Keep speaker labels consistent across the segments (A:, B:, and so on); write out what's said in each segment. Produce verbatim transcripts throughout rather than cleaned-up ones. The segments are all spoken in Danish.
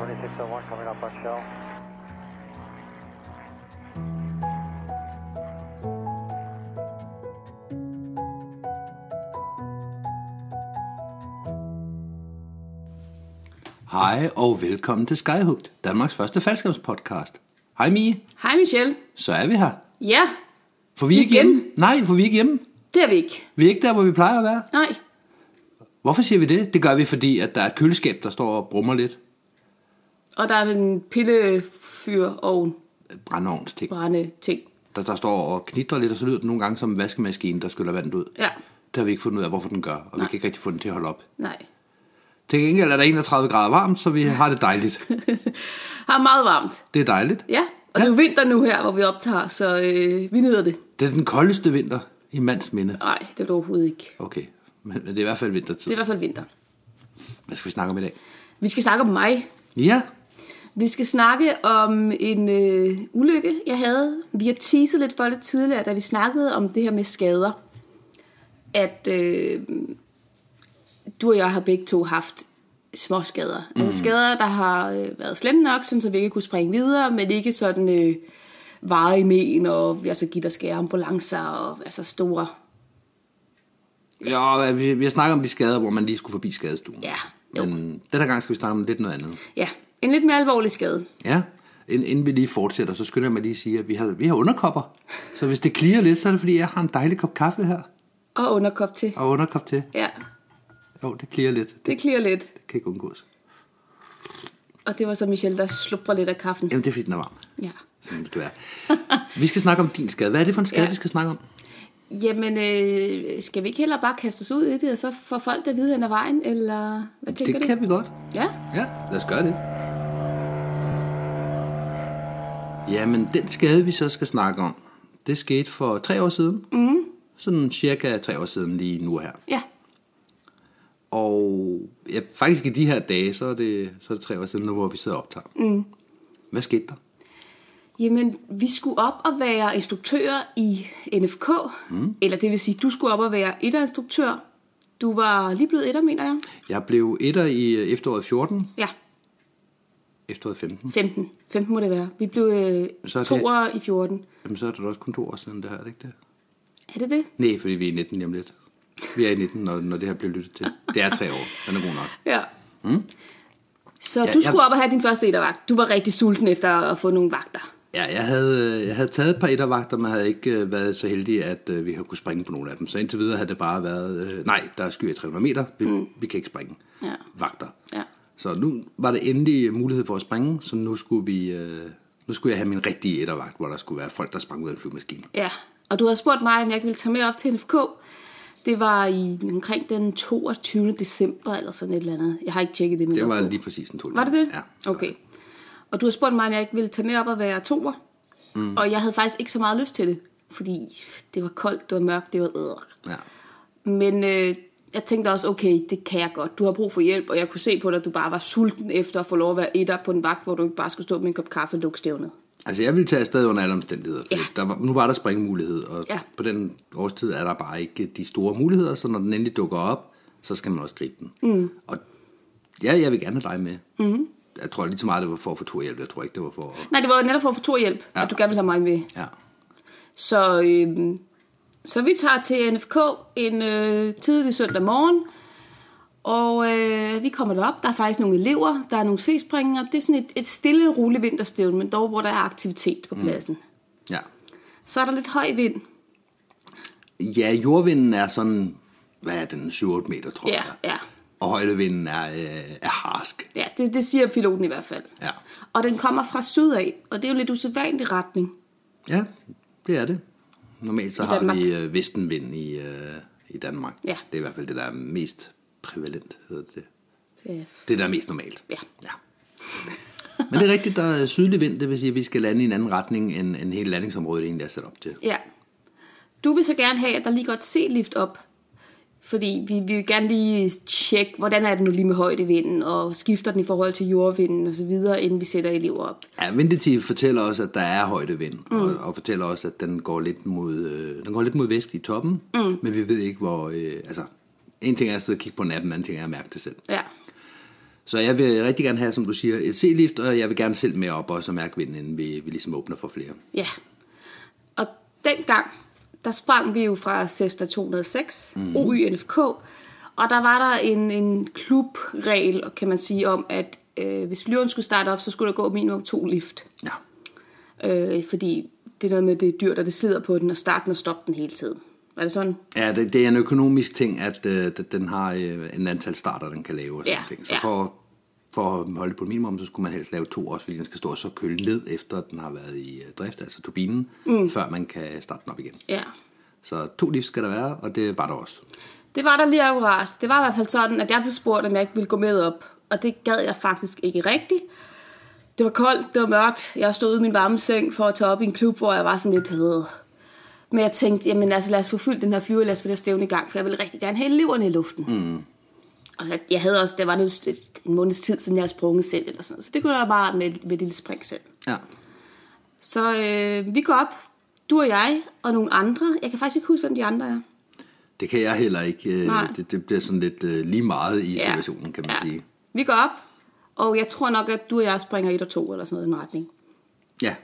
A: twenty-six oh one coming up on shell.
B: Hej og velkommen til Skyhooked, Danmarks første faldskærmspodcast. Hej Mie.
C: Hej Michelle.
B: Så er vi her.
C: Ja.
B: For vi er ikke
C: Igen.
B: hjemme. Nej, for vi er ikke hjemme.
C: Det er vi ikke.
B: Vi er ikke der, hvor vi plejer at være.
C: Nej.
B: Hvorfor siger vi det? Det gør vi, fordi at der er et køleskab, der står og brummer lidt.
C: Og der er en pillefyrovn,
B: Brændeovnsting.
C: brænde ting.
B: Der, der står og knitrer lidt, og så lyder det nogle gange som en vaskemaskine, der skyller vandet ud.
C: Ja.
B: Det har vi ikke fundet ud af, hvorfor den gør, og
C: Nej.
B: vi kan ikke rigtig få den til at holde op.
C: Nej.
B: Til gengæld er der enogtredive grader varmt, så vi har det dejligt.
C: Har meget varmt.
B: Det er dejligt.
C: Ja. Og ja. Det er jo vinter nu her, hvor vi optager, så øh, vi nyder det.
B: Det er den koldeste vinter i mands minde.
C: Nej, det er det overhovedet ikke.
B: Okay, men, men det er i hvert fald vintertid.
C: Det er i hvert fald vinter.
B: Hvad skal vi snakke om i dag?
C: Vi skal snakke om mig.
B: Ja.
C: Vi skal snakke om en øh, ulykke, jeg havde. Vi har teaset lidt for det tidligere, da vi snakkede om det her med skader. At øh, du og jeg har begge to haft små skader. Mm. Altså skader, der har øh, været slemme nok, sådan, så vi ikke kunne springe videre, men ikke sådan øh, varige men, og altså give dig skære ambulancer, og altså store.
B: Ja, vi, vi har snakket om de skader, hvor man lige skulle forbi skadestuen.
C: Ja, jo.
B: Men den her gang skal vi snakke om lidt noget andet.
C: Ja, en lidt mere alvorlig skade.
B: Ja, inden, inden vi lige fortsætter, så skynder jeg mig lige at sige, at vi har, vi har underkopper. Så hvis det klirer lidt, så er det fordi, jeg har en dejlig kop kaffe her.
C: Og underkop til.
B: Og underkop til.
C: Ja,
B: Jo, det klirer lidt. Det,
C: det klirer lidt.
B: det kan ikke undgås.
C: Og det var så Michelle, der slupper lidt af kaffen.
B: Jamen, det er fordi, den er varm.
C: Ja.
B: Som det skal være. Vi skal snakke om din skade. Hvad er det for en skade,
C: Ja.
B: vi skal snakke om?
C: Jamen, øh, skal vi ikke heller bare kaste os ud i det, og så får folk der vide hen ad vejen, eller hvad tænker
B: Det
C: du?
B: kan vi godt.
C: Ja,
B: Ja, lad os gøre det. Jamen, den skade, vi så skal snakke om, det skete for tre år siden. Mm. Sådan cirka tre år siden lige nu her.
C: ja,
B: Og ja, faktisk i de her dage, så er det, så er det tre år siden nu, hvor vi sidder og optager. Mm. Hvad skete der?
C: jamen, vi skulle op og være instruktører i N F K, mm. eller det vil sige, du skulle op og være etterinstruktør. Du var lige blevet etter, mener jeg.
B: Jeg blev etter i efteråret fjorten,
C: Ja,
B: efteråret femten.
C: femten. femten må det være. Vi blev øh,
B: Så er det-
C: toer i fjorten.
B: Jamen, så er det da også kun to år siden, det her, er det ikke det?
C: Er det det?
B: Nej, fordi vi er i nitten lige om lidt. Vi er i nitten, når, når det her bliver lyttet til. Det er tre år, den er god nok.
C: Ja. Mm. Så
B: Ja,
C: du skulle
B: jeg-
C: op og have din første ettervagt. Du var rigtig sulten efter at få nogle vagter.
B: Ja, jeg havde, jeg havde taget et par ettervagter, men havde ikke øh, været så heldig, at øh, vi havde kunne springe på nogle af dem. Så indtil videre havde det bare været, øh, nej, der er sky i tre hundrede meter, vi, mm. vi kan ikke springe.
C: Ja.
B: Vagter.
C: Ja.
B: Så nu var det endelig mulighed for at springe, så nu skulle, vi, øh, nu skulle jeg have min rigtige ettervagt, hvor der skulle være folk, der sprang ud af en flyvemaskine.
C: Ja, og du havde spurgt mig, om jeg ikke ville tage med op til N F K. Det var i omkring den toogtyvende december, eller sådan et eller andet. Jeg har ikke tjekket det med.
B: Det var lige præcis en to.
C: Var det det?
B: Ja.
C: Okay. Og du har spurgt mig, om jeg ikke ville tage med op og være toer. Mm. Og jeg havde faktisk ikke så meget lyst til det. Fordi det var koldt, det var mørkt, det var øh.
B: Ja.
C: Men øh, jeg tænkte også, okay, det kan jeg godt. Du har brug for hjælp, og jeg kunne se på dig, at du bare var sulten efter at få lov at være etter på en vagt, hvor du ikke bare skulle stå med en kop kaffe og lukke stævnet.
B: Altså, jeg ville tage afsted under alle omstændigheder.
C: Ja.
B: Der var, nu var der springmulighed, og
C: Ja.
B: på den årstid er der bare ikke de store muligheder, så når den endelig dukker op, så skal man også gribe den. Mm. Og ja, jeg vil gerne have dig med. Mm. Jeg tror lige så meget, det var for at få turhjælp. Jeg tror ikke, det var for at...
C: Nej, det var netop for at få torhjælp,
B: Ja.
C: at du gerne ville have mig med.
B: Ja.
C: Så, øh, så vi tager til N F K en øh, tidlig søndag morgen, og øh, vi kommer derop. Der er faktisk nogle elever, der er nogle C-springere. Det er sådan et, et stille, roligt vinterstævne, men dog hvor der er aktivitet på pladsen. Mm.
B: Ja.
C: Så er der lidt høj vind.
B: Ja, jordvinden er sådan, hvad er den, syv otte meter, tror
C: Ja,
B: jeg.
C: ja.
B: Og højdevinden er, øh, er harsk.
C: Ja, det, det siger piloten i hvert fald.
B: Ja.
C: Og den kommer fra syd af, og det er jo lidt usædvanlig retning.
B: Ja, det er det. Normalt så
C: I
B: har
C: Danmark.
B: vi øh, vestenvind i, øh, i Danmark.
C: Ja.
B: Det er i hvert fald det, der er mest prævalent, hedder det.
C: Ja.
B: Det, der er mest normalt.
C: Ja.
B: Ja. Men det er rigtigt, der er sydlig vind, det vil sige, at vi skal lande i en anden retning, end, end hele landingsområdet egentlig er sat op til.
C: Ja. Du vil så gerne have, at der lige går et C-lift op. Fordi vi, vi vil gerne lige tjekke, hvordan er det nu lige med højdevinden, og skifter den i forhold til jordvinden og så videre, inden vi sætter elever op.
B: Ja, Vindetiv fortæller også, at der er højdevind, mm. og, og fortæller også, at den går lidt mod, øh, den går lidt mod vest i toppen, mm. men vi ved ikke, hvor... Øh, altså, en ting er at sidde og kigge på natten, en anden ting er at mærke det selv.
C: Ja.
B: Så jeg vil rigtig gerne have, som du siger, et C-lift, og jeg vil gerne selv med op og så mærke vinden, inden vi, vi ligesom åbner for flere.
C: Ja, og dengang, der sprang vi jo fra Cessna to hundrede og seks, mm. O Y N F K, og der var der en, en klubregel, kan man sige, om, at øh, hvis flyveren skulle starte op, så skulle der gå minimum to lift.
B: Ja.
C: Øh, fordi det er noget med, det er dyrt, og det slider på den, og starten og stoppe den hele tiden. Er det sådan?
B: Ja, det, det er en økonomisk ting, at øh, den har øh, en antal starter, den kan lave. Og sådan
C: ja,
B: ting. Så
C: ja.
B: for, for at holde det på minimum, så skulle man helst lave to også, fordi den skal stå og så køle ned, efter den har været i øh, drift, altså turbinen, mm. før man kan starte den op igen.
C: Ja.
B: Så to lift skal der være, og det var der også.
C: Det var der lige akkurat. Det var i hvert fald sådan, at jeg blev spurgt, om jeg ikke ville gå med op. Og det gad jeg faktisk ikke rigtigt. Det var koldt, det var mørkt. Jeg stod ude i min varme seng for at tage op i en klub, hvor jeg var sådan lidt... Øh. Men jeg tænkte, jamen altså lad os få fyldt den her flyver, lad os få det stævne i gang, for jeg ville rigtig gerne have eleverne i luften. Mm. Og så, jeg havde også, det var noget, en måneds tid siden, jeg havde sprunget selv, eller sådan noget. Så det kunne da bare med, med et lille spring selv.
B: Ja.
C: Så øh, vi går op, du og jeg, og nogle andre. Jeg kan faktisk ikke huske, hvem de andre er.
B: Det kan jeg heller ikke. Det, det bliver sådan lidt uh, lige meget i ja. situationen, kan man ja. sige.
C: Vi går op, og jeg tror nok, at du og jeg springer et og to, eller sådan noget i en retning.
B: Ja.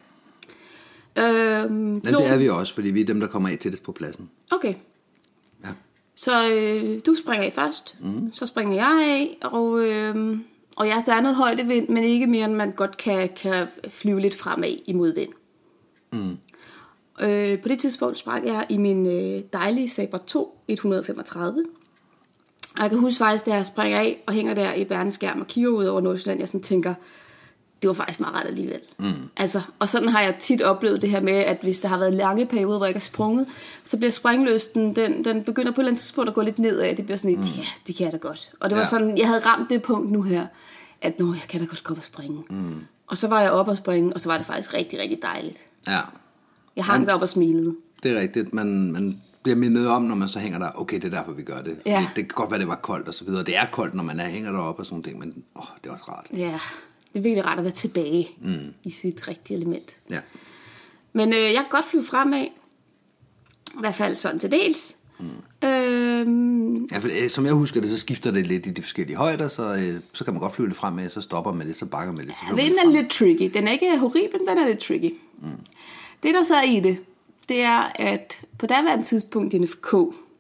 C: Øhm,
B: Men det er vi også, fordi vi er dem, der kommer af til det på pladsen.
C: Okay.
B: Ja.
C: Så øh, du springer af først, mm. så springer jeg af, og, øh, og ja, der er noget højdevind, men ikke mere, end man godt kan, kan flyve lidt fremad i modvind. Mm. Øh, på det tidspunkt sprang jeg i min øh, dejlige Sabre to et hundrede og femogtredive. Og jeg kan huske faktisk, da jeg springer af og hænger der i bærneskærm og kigger ud over Nordsjælland, jeg sådan tænker, det var faktisk meget ret alligevel. Mm. Altså, og sådan har jeg tit oplevet det her med, at hvis der har været lange perioder, hvor jeg ikke har sprunget, så bliver springløsten, den, den begynder på et eller andet tidspunkt at gå lidt nedad. Det bliver sådan lidt, mm. ja, det kan jeg da godt. Og det var ja. sådan, jeg havde ramt det punkt nu her, at nå, jeg kan da godt komme og springe. Mm. Og så var jeg oppe og springe, og så var det faktisk rigtig, rigtig dejligt.
B: Ja.
C: Jeg hang der op og smilede.
B: Det er rigtigt, man, man bliver mindet om, når man så hænger der, okay, det er derfor, vi gør det.
C: Ja.
B: Det kan godt være, det var koldt og så videre. Det er koldt, når man er, hænger deroppe og sådan ting, men åh, det er også rart.
C: Ja, det er virkelig rart at være tilbage mm. i sit rigtige element.
B: Ja.
C: Men øh, jeg kan godt flyve fremad. I hvert fald sådan til dels. Mm. Øhm,
B: ja, for, øh, som jeg husker det, så skifter det lidt i de forskellige højder, så, øh, så kan man godt flyve lidt fremad, så stopper man lidt, så bakker man lidt. Så
C: ja, vinden er lidt tricky. Den er ikke horribel, den er lidt tricky. Mm. Det der så er i det, det er, at på daværende tidspunkt i N F K,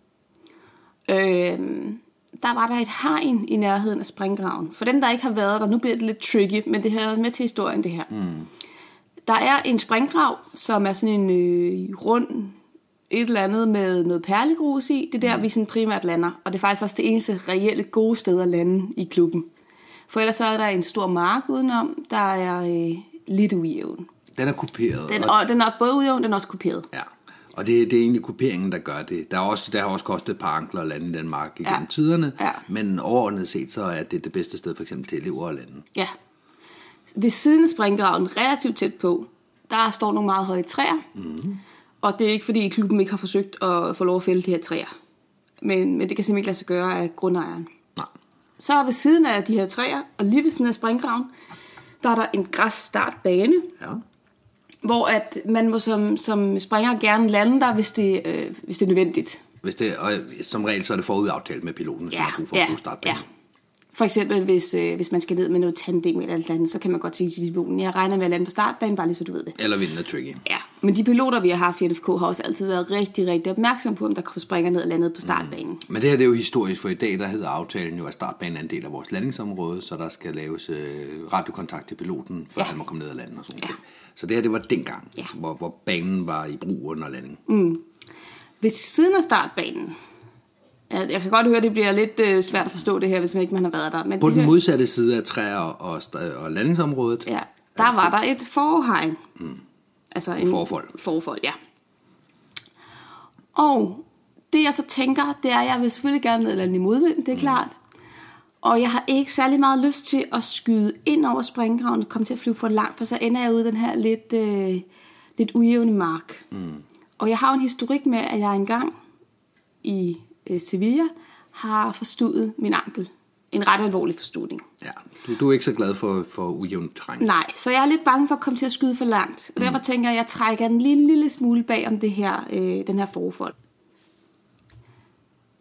C: øhm, der var der et hegn i nærheden af springgraven. For dem, der ikke har været der, nu bliver det lidt tricky, men det her med til historien, det her. Mm. Der er en springgrav, som er sådan en øh, rund, et eller andet med noget perlegrus i. Det er der, mm. vi sådan primært lander. Og det er faktisk også det eneste reelle gode sted at lande i klubben. For ellers så er der en stor mark udenom, der er øh, lidt ujævn.
B: Den er kuperet.
C: Den, og den er både ujævn, den er også kuperet.
B: Ja. Og det, det er egentlig kuperingen, der gør det. Der, er også, der har også kostet et par ankler at lande i den mark igennem ja. tiderne. Ja. Men overordnet set, så er det det bedste sted for eksempel til elever at lande.
C: Ja. Ved siden af springgraven, relativt tæt på, der står nogle meget høje træer. Mm-hmm. Og det er ikke fordi klubben ikke har forsøgt at få lov at fælde de her træer. Men, men det kan simpelthen ikke lade sig gøre af grundejeren.
B: Nej.
C: Så ved siden af de her træer, og lige ved siden af springgraven, der er der en græsstartbane. Ja. Hvor at man må som, som springer gerne lande der, hvis det, øh, hvis det er nødvendigt.
B: Hvis det, og som regel så er det forudaftalt med piloten, hvis
C: ja,
B: man har brug for
C: ja,
B: at bruge startbanen.
C: Ja. For eksempel, hvis, øh, hvis man skal ned med noget tandem eller et andet, så kan man godt sige til piloten, jeg regner med at lande på startbanen, bare lige så du ved det.
B: Eller vinden er tricky.
C: Ja, men de piloter, vi har haft i N F K, har også altid været rigtig, rigtig opmærksomme på, om der kommer springer ned og landet på startbanen. Mm.
B: Men det her det er jo historisk, for i dag der hedder aftalen jo, at startbanen er en del af vores landingsområde, så der skal laves øh, radiokontakt til piloten, for ja. han må komme ned og lande og sådan ja. noget. Så det her, det var dengang, ja. hvor, hvor banen var i brug under landing. Mm.
C: Ved siden af startbanen, jeg kan godt høre, at det bliver lidt øh, svært at forstå det her, hvis man ikke man har været der. Men
B: på
C: det
B: den
C: her,
B: modsatte side af træer og, og landingsområdet.
C: Ja, der var der et forhegn. Mm. Altså en
B: forfold.
C: Forfold, ja. Og det jeg så tænker, det er, at jeg vil selvfølgelig gerne ned og lande i modvind, det er mm. klart. Og jeg har ikke særlig meget lyst til at skyde ind over springgraven og komme til at flyve for langt, for så ender jeg ude i den her lidt, øh, lidt ujævne mark. Mm. Og jeg har en historik med, at jeg engang i øh, Sevilla har forstudet min ankel. En ret alvorlig forstudning.
B: Ja, du, du er ikke så glad for, for ujævnt terræn.
C: Nej, så jeg er lidt bange for at komme til at skyde for langt. Og derfor mm. tænker jeg, at jeg trækker en lille, lille smule bag om det her, øh, den her forfold.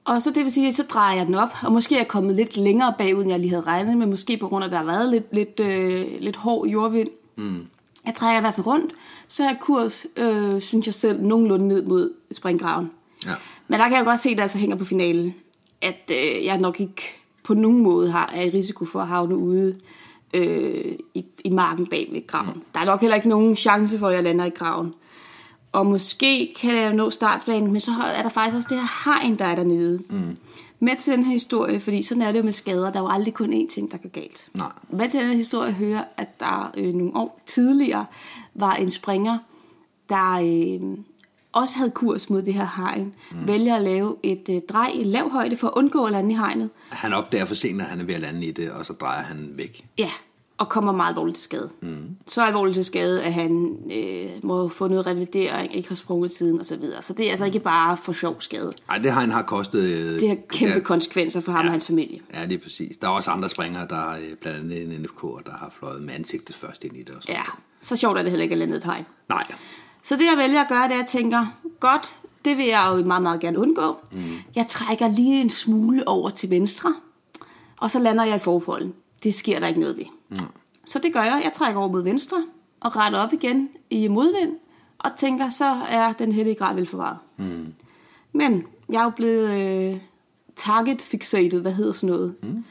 C: Og så det vil sige, at så drejer jeg den op, og måske er jeg kommet lidt længere bagud, end jeg lige havde regnet med, måske på grund af, at der har været lidt, lidt, øh, lidt hård jordvind. Mm. Jeg trækker i hvert fald rundt, så er kurs, øh, synes jeg selv, nogenlunde ned mod springgraven. Ja. Men der kan jeg godt se, at det altså hænger på finalen, at øh, jeg nok ikke på nogen måde har er i risiko for at havne ude øh, i, i marken bag ved graven. Mm. Der er nok heller ikke nogen chance for, at jeg lander i graven. Og måske kan jeg nå startplanen, men så er der faktisk også det her hegn, der er dernede. Mm. Med til den her historie, fordi sådan er det jo med skader, der er jo aldrig kun én ting, der går galt. Nej. Med til den her historie hører, at der øh, nogle år tidligere var en springer, der øh, også havde kurs mod det her hegn, mm. vælger at lave et øh, drej i lav højde for at undgå at lande i hegnet. Han
B: opdager for sent, at han er ved at lande i det, og så drejer han væk.
C: Ja, og kommer meget alvorligt til skade. Mm. Så alvorligt til skade, at han øh, må få noget revalidering, ikke har sprunget siden osv. Så, så det er altså ikke bare for sjov skade.
B: Nej, det har han har kostet... Øh,
C: det har kæmpe der, konsekvenser for ham ja, og hans familie.
B: Ja, det er præcis. Der er også andre springere, der øh, blandt andet en N F K'er, der har fløjet med ansigtet først ind i det. Og sådan
C: ja, så sjovt er det heller ikke at lande et hegn.
B: Nej.
C: Så det jeg vælger at gøre, det er, at jeg tænker, godt, det vil jeg jo meget, meget gerne undgå. Mm. Jeg trækker lige en smule over til venstre, og så lander jeg i forfolden. Det sker der ikke noget ved. Mm. Så det gør jeg. Jeg trækker over mod venstre og retter op igen i modvind, og tænker, så er den hellige grad vel forvaret. Mm. Men jeg er jo blevet øh, target-fixated, hvad hedder sådan noget? Mm.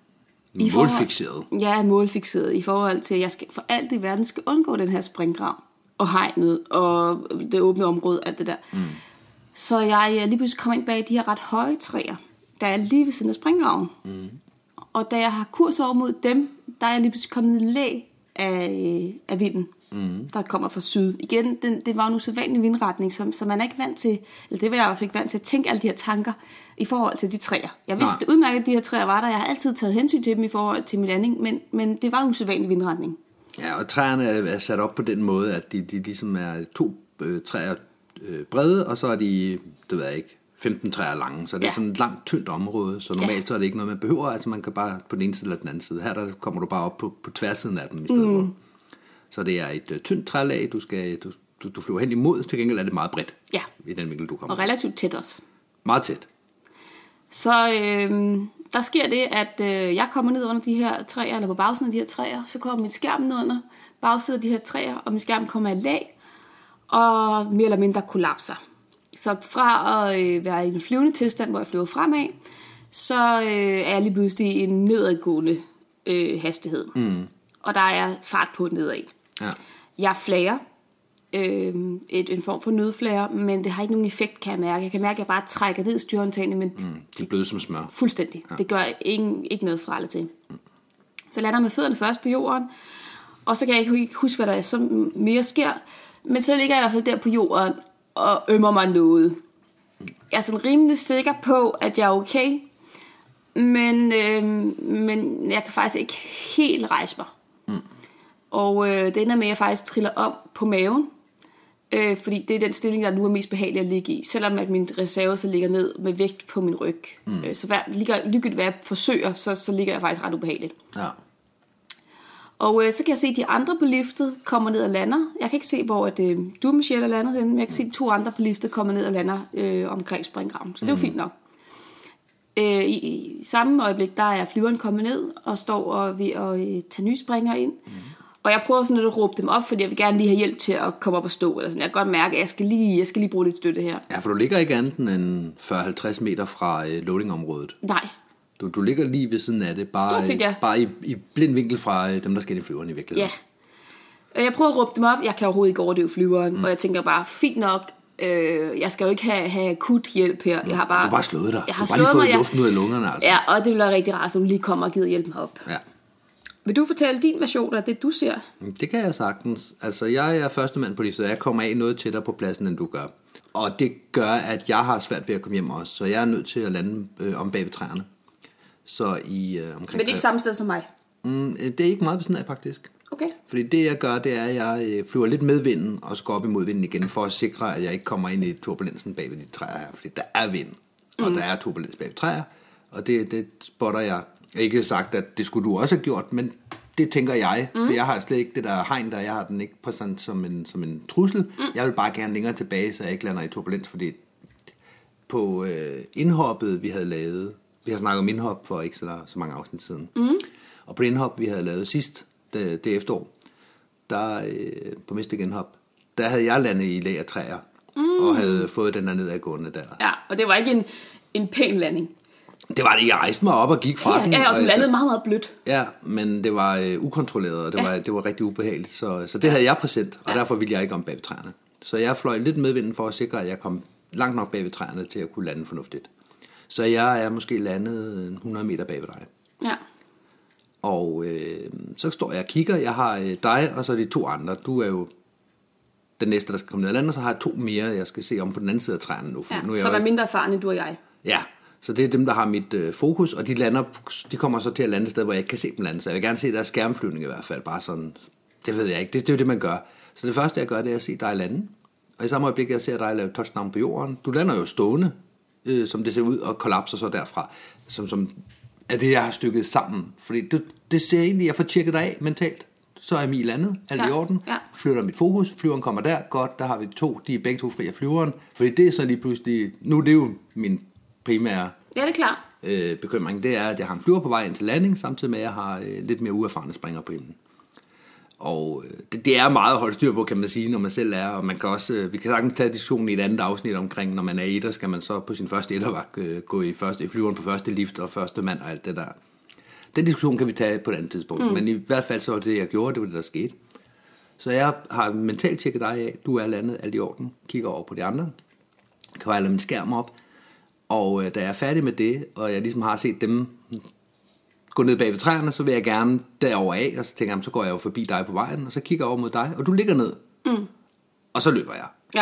B: Målfixeret.
C: Ja, målfixeret i forhold til, at jeg skal for alt i verden skal undgå den her springgrav, og hegnet, og det åbne område, alt det der. Mm. Så jeg lige pludselig kommer ind bag de her ret høje træer, der er lige ved siden af springgraven. Mm. Og da jeg har kurs over mod dem, der er jeg lige pludselig kommet i læ af, af vinden, mm. der kommer fra syd. Igen, den, det var en usædvanlig vindretning, så, så man er ikke vant til, eller det var jeg jo ikke vant til, at tænke alle de her tanker i forhold til de træer. Jeg vidste det udmærket, at de her træer var der. Jeg har altid taget hensyn til dem i forhold til min landing, men, men det var en usædvanlig vindretning.
B: Ja, og træerne er sat op på den måde, at de, de ligesom er to øh, træer øh, brede, og så er de, det ved jeg ikke, femten træer lange, så det ja. er sådan et langt, tyndt område, så normalt ja. så er det ikke noget, man behøver, altså man kan bare på den ene side eller den anden side. Her der kommer du bare op på, på tværsiden af dem i stedet mm. for. Så det er et uh, tyndt trælag, du, skal, du, du, du flyver hen imod, til gengæld er det meget bredt
C: ja.
B: i den vinkel, du kommer.
C: Og relativt tæt også.
B: Meget tæt.
C: Så øh, der sker det, at øh, jeg kommer ned under de her træer, eller på bagsiden af de her træer, så kommer mit skærm ned under bagsiden af de her træer, og min skærm kommer i lag, og mere eller mindre kollapser. Så fra at øh, være i en flyvende tilstand, hvor jeg flyver fremad, så øh, er jeg lige pludselig i en nedadgående øh, hastighed. Mm. Og der er fart på nedad. Ja. Jeg flager. Øh, et, en form for nødflager, men det har ikke nogen effekt, kan jeg mærke. Jeg kan mærke, at jeg bare trækker ned i styrhåndtagene, men
B: mm, de er bløde som smør.
C: Fuldstændig. Ja. Det gør ingen, ikke noget fra eller til. Mm. Så lander jeg med fødderne først på jorden, og så kan jeg ikke huske, hvad der er, så mere sker. Men så ligger jeg i hvert fald der på jorden, og ømmer mig noget. Jeg er sådan rimelig sikker på, at jeg er okay, men, øh, men jeg kan faktisk ikke helt rejse mig. Mm. Og øh, det ender med, at jeg faktisk triller om på maven, øh, fordi det er den stilling, der nu er mest behagelig at ligge i, selvom at min reserve så ligger ned med vægt på min ryg. Mm. Øh, så hver, ligegyldigt hvad jeg forsøger, så, så ligger jeg faktisk ret ubehageligt. Ja. Og øh, så kan jeg se, at de andre på liftet kommer ned og lander. Jeg kan ikke se, hvor at, øh, du, Michelle, er landet henne, men jeg kan se, at to andre på liftet kommer ned og lander øh, omkring springgraven. Så det er jo fint nok. Øh, i, I samme øjeblik, der er flyveren kommet ned og står og ved at øh, tage nye springere ind. Mm. Og jeg prøver sådan lidt at råbe dem op, fordi jeg vil gerne lige have hjælp til at komme op og stå. Eller sådan. Jeg kan godt mærke, at jeg skal lige, jeg skal lige bruge lidt støtte her.
B: Ja, for du ligger ikke andet end fyrre til halvtreds meter fra øh, loadingområdet.
C: Nej.
B: Du, du ligger lige ved siden af det, bare,
C: set, ja.
B: bare i, i blind vinkel fra dem, der skal ind i flyveren i virkeligheden.
C: Ja. Jeg prøver at råbe dem op. Jeg kan overhovedet ikke overdøve flyveren, mm. og jeg tænker bare, fint nok, øh, jeg skal jo ikke have, have akut hjælp her. Jeg har bare,
B: du har bare slået dig.
C: Jeg har
B: du har bare
C: slået
B: lige fået
C: mig,
B: luften ud af lungerne. Altså.
C: Ja, og det vil være rigtig rart, at du lige kommer og giver hjælp mig op.
B: Ja.
C: Vil du fortælle din version af det, du ser?
B: Det kan jeg sagtens. Altså, jeg er første mand på det, så jeg kommer af noget tættere på pladsen, end du gør. Og det gør, at jeg har svært ved at komme hjem også, så jeg er nødt til at lande øh, om bag ved træerne. Så i, øh, omkring,
C: Men det er ikke samme sted som mig?
B: Mm, det er ikke meget ved siden af, faktisk.
C: Okay.
B: Fordi det, jeg gør, det er, at jeg øh, flyver lidt med vinden, og så går op imod vinden igen, for at sikre, at jeg ikke kommer ind i turbulensen bag ved de træer her. Fordi der er vind, og mm. der er turbulens bag ved træer, og det, det spotter jeg. Jeg har ikke sagt, at det skulle du også have gjort, men det tænker jeg, mm. for jeg har slet ikke det der hegn der, jeg har den ikke præsent som en, som en trussel. Mm. Jeg vil bare gerne længere tilbage, så jeg ikke lander i turbulens, fordi på øh, indhoppet, vi havde lavet. Vi har snakket om indhop for ikke så, så mange afsnit siden. Mm. Og på det indhop, vi havde lavet sidst, det, det efterår, der øh, på Mystic Indhop, der havde jeg landet i lægertræer, mm. og havde fået den der nedadgående der.
C: Ja, og det var ikke en, en pæn landing.
B: Det var det, jeg rejste mig op og gik fra
C: ja,
B: den.
C: Ja, og du
B: og
C: landede
B: jeg,
C: meget, meget blødt.
B: Ja, men det var øh, ukontrolleret, og det, ja. var, det var rigtig ubehageligt. Så, så det havde jeg præsent, og ja. derfor ville jeg ikke om bag ved træerne. Så jeg fløj lidt med vinden for at sikre, at jeg kom langt nok bag ved træerne til at kunne lande fornuftigt. Så jeg er måske landet hundrede meter bag ved dig.
C: Ja.
B: Og øh, så står jeg og kigger. Jeg har øh, dig, og så de to andre. Du er jo den næste, der skal komme ned ad landet, og så har jeg to mere, jeg skal se om på den anden side af træerne nu.
C: Ja,
B: nu er
C: så
B: jeg
C: var jo... mindre erfaren end du og jeg.
B: Ja, så det er dem, der har mit øh, fokus, og de lander, de kommer så til at lande et sted, hvor jeg ikke kan se dem lande. Så jeg vil gerne se deres skærmflyvning i hvert fald, bare sådan, det ved jeg ikke, det, det er jo det, man gør. Så det første, jeg gør, det er at se dig lande. Og i samme øjeblik, jeg ser dig lave touchdown på jorden. Du lander jo stående, øh, som det ser ud, og kollapser så derfra, som, som er det, jeg har stykket sammen. Fordi det, det ser egentlig, jeg får tjekket dig af mentalt. Så er Emil landet, alt ja, i orden, ja. Flytter mit fokus, flyveren kommer der, godt, der har vi to, de er begge to fri af flyveren. Fordi det er så lige pludselig, nu er det jo min primære
C: ja, det er klart.
B: Øh, bekymring, det er, at jeg har en flyver på vej ind til landing, samtidig med, at jeg har øh, lidt mere uerfarne springer på himlen. Og øh, det, det er meget at holde styr på, kan man sige, når man selv er, og man kan også, øh, vi kan sagtens tage diskussionen i et andet afsnit omkring, når man er etter, skal man så på sin første ettervagt øh, gå i, første, i flyveren på første lift og første mand og alt det der. Den diskussion kan vi tage på et andet tidspunkt, mm. men i hvert fald så var det, jeg gjorde, det var det, der skete. Så jeg har mentalt tjekket dig af, du er landet, alt i orden, kigger over på de andre, kan jeg lade min skærm op, og øh, da jeg er færdig med det, og jeg ligesom har set dem gå ned bag ved træerne, så vil jeg gerne derover af, og så tænker jeg, så går jeg jo forbi dig på vejen, og så kigger jeg over mod dig, og du ligger ned. Mm. Og så løber jeg.
C: Ja.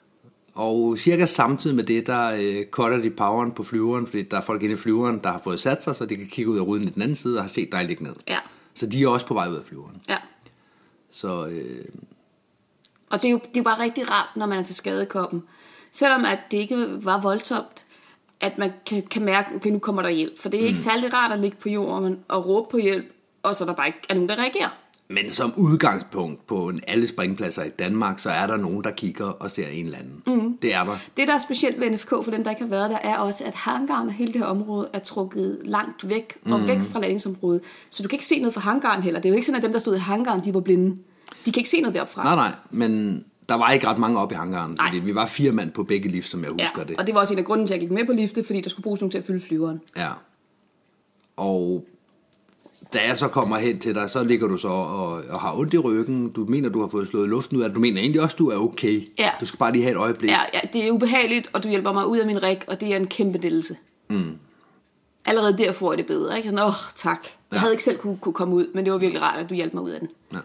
B: Og cirka samtidig med det, der øh, cutter de poweren på flyveren, fordi der er folk inde i flyveren, der har fået sat sig, så de kan kigge ud af ruden i den anden side, og har set dig ligge ned.
C: Ja.
B: Så de er også på vej ud af flyveren.
C: Ja.
B: Så... Øh...
C: Og det er, jo, det er jo bare rigtig rart, når man er til skadekoppen. Selvom at det ikke var voldsomt, at man kan, kan mærke, okay, nu kommer der hjælp. For det er mm. ikke særlig rart at ligge på jorden og råbe på hjælp, og så der bare ikke er nogen, der reagerer.
B: Men som udgangspunkt på alle springpladser i Danmark, så er der nogen, der kigger og ser en eller anden. Mm. Det er der.
C: Det, der er specielt ved N F K, for dem, der ikke har været der, er også, at hangaren og hele det her område er trukket langt væk, og mm. væk fra landingsområdet. Så du kan ikke se noget fra hangaren heller. Det er jo ikke sådan, at dem, der stod i hangaren, de var blinde. De kan ikke se noget deroppe fra.
B: Nej, nej, men... Der var ikke ret mange oppe i hangaren, fordi vi var fire mand på begge lift, som jeg husker
C: ja,
B: det.
C: Og det var også en af grunden til, at jeg gik med på liftet, fordi der skulle bruges nogen til at fylde flyveren.
B: Ja. Og da jeg så kommer hen til dig, så ligger du så og, og har ondt i ryggen. Du mener, du har fået slået luften ud af det. Du mener egentlig også, du er okay.
C: Ja.
B: Du skal bare lige have et øjeblik.
C: Ja, ja, det er ubehageligt, og du hjælper mig ud af min rig, og det er en kæmpe lettelse. Mm. Allerede der får jeg det bedre. Ikke? Sådan, åh, tak. Jeg ja. havde ikke selv kunne, kunne komme ud, men det var virkelig rart, at du hjalp mig ud af den. Ja.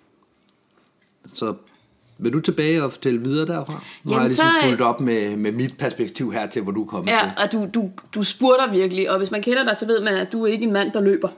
B: Så... Vil du tilbage og fortælle videre derfra? Nu Jamen, har jeg ligesom så, fulgt op med, med mit perspektiv her til, hvor du er kommet
C: ja,
B: til.
C: Ja, og du, du, du spurter virkelig, og hvis man kender dig, så ved man, at du er ikke en mand, der løber.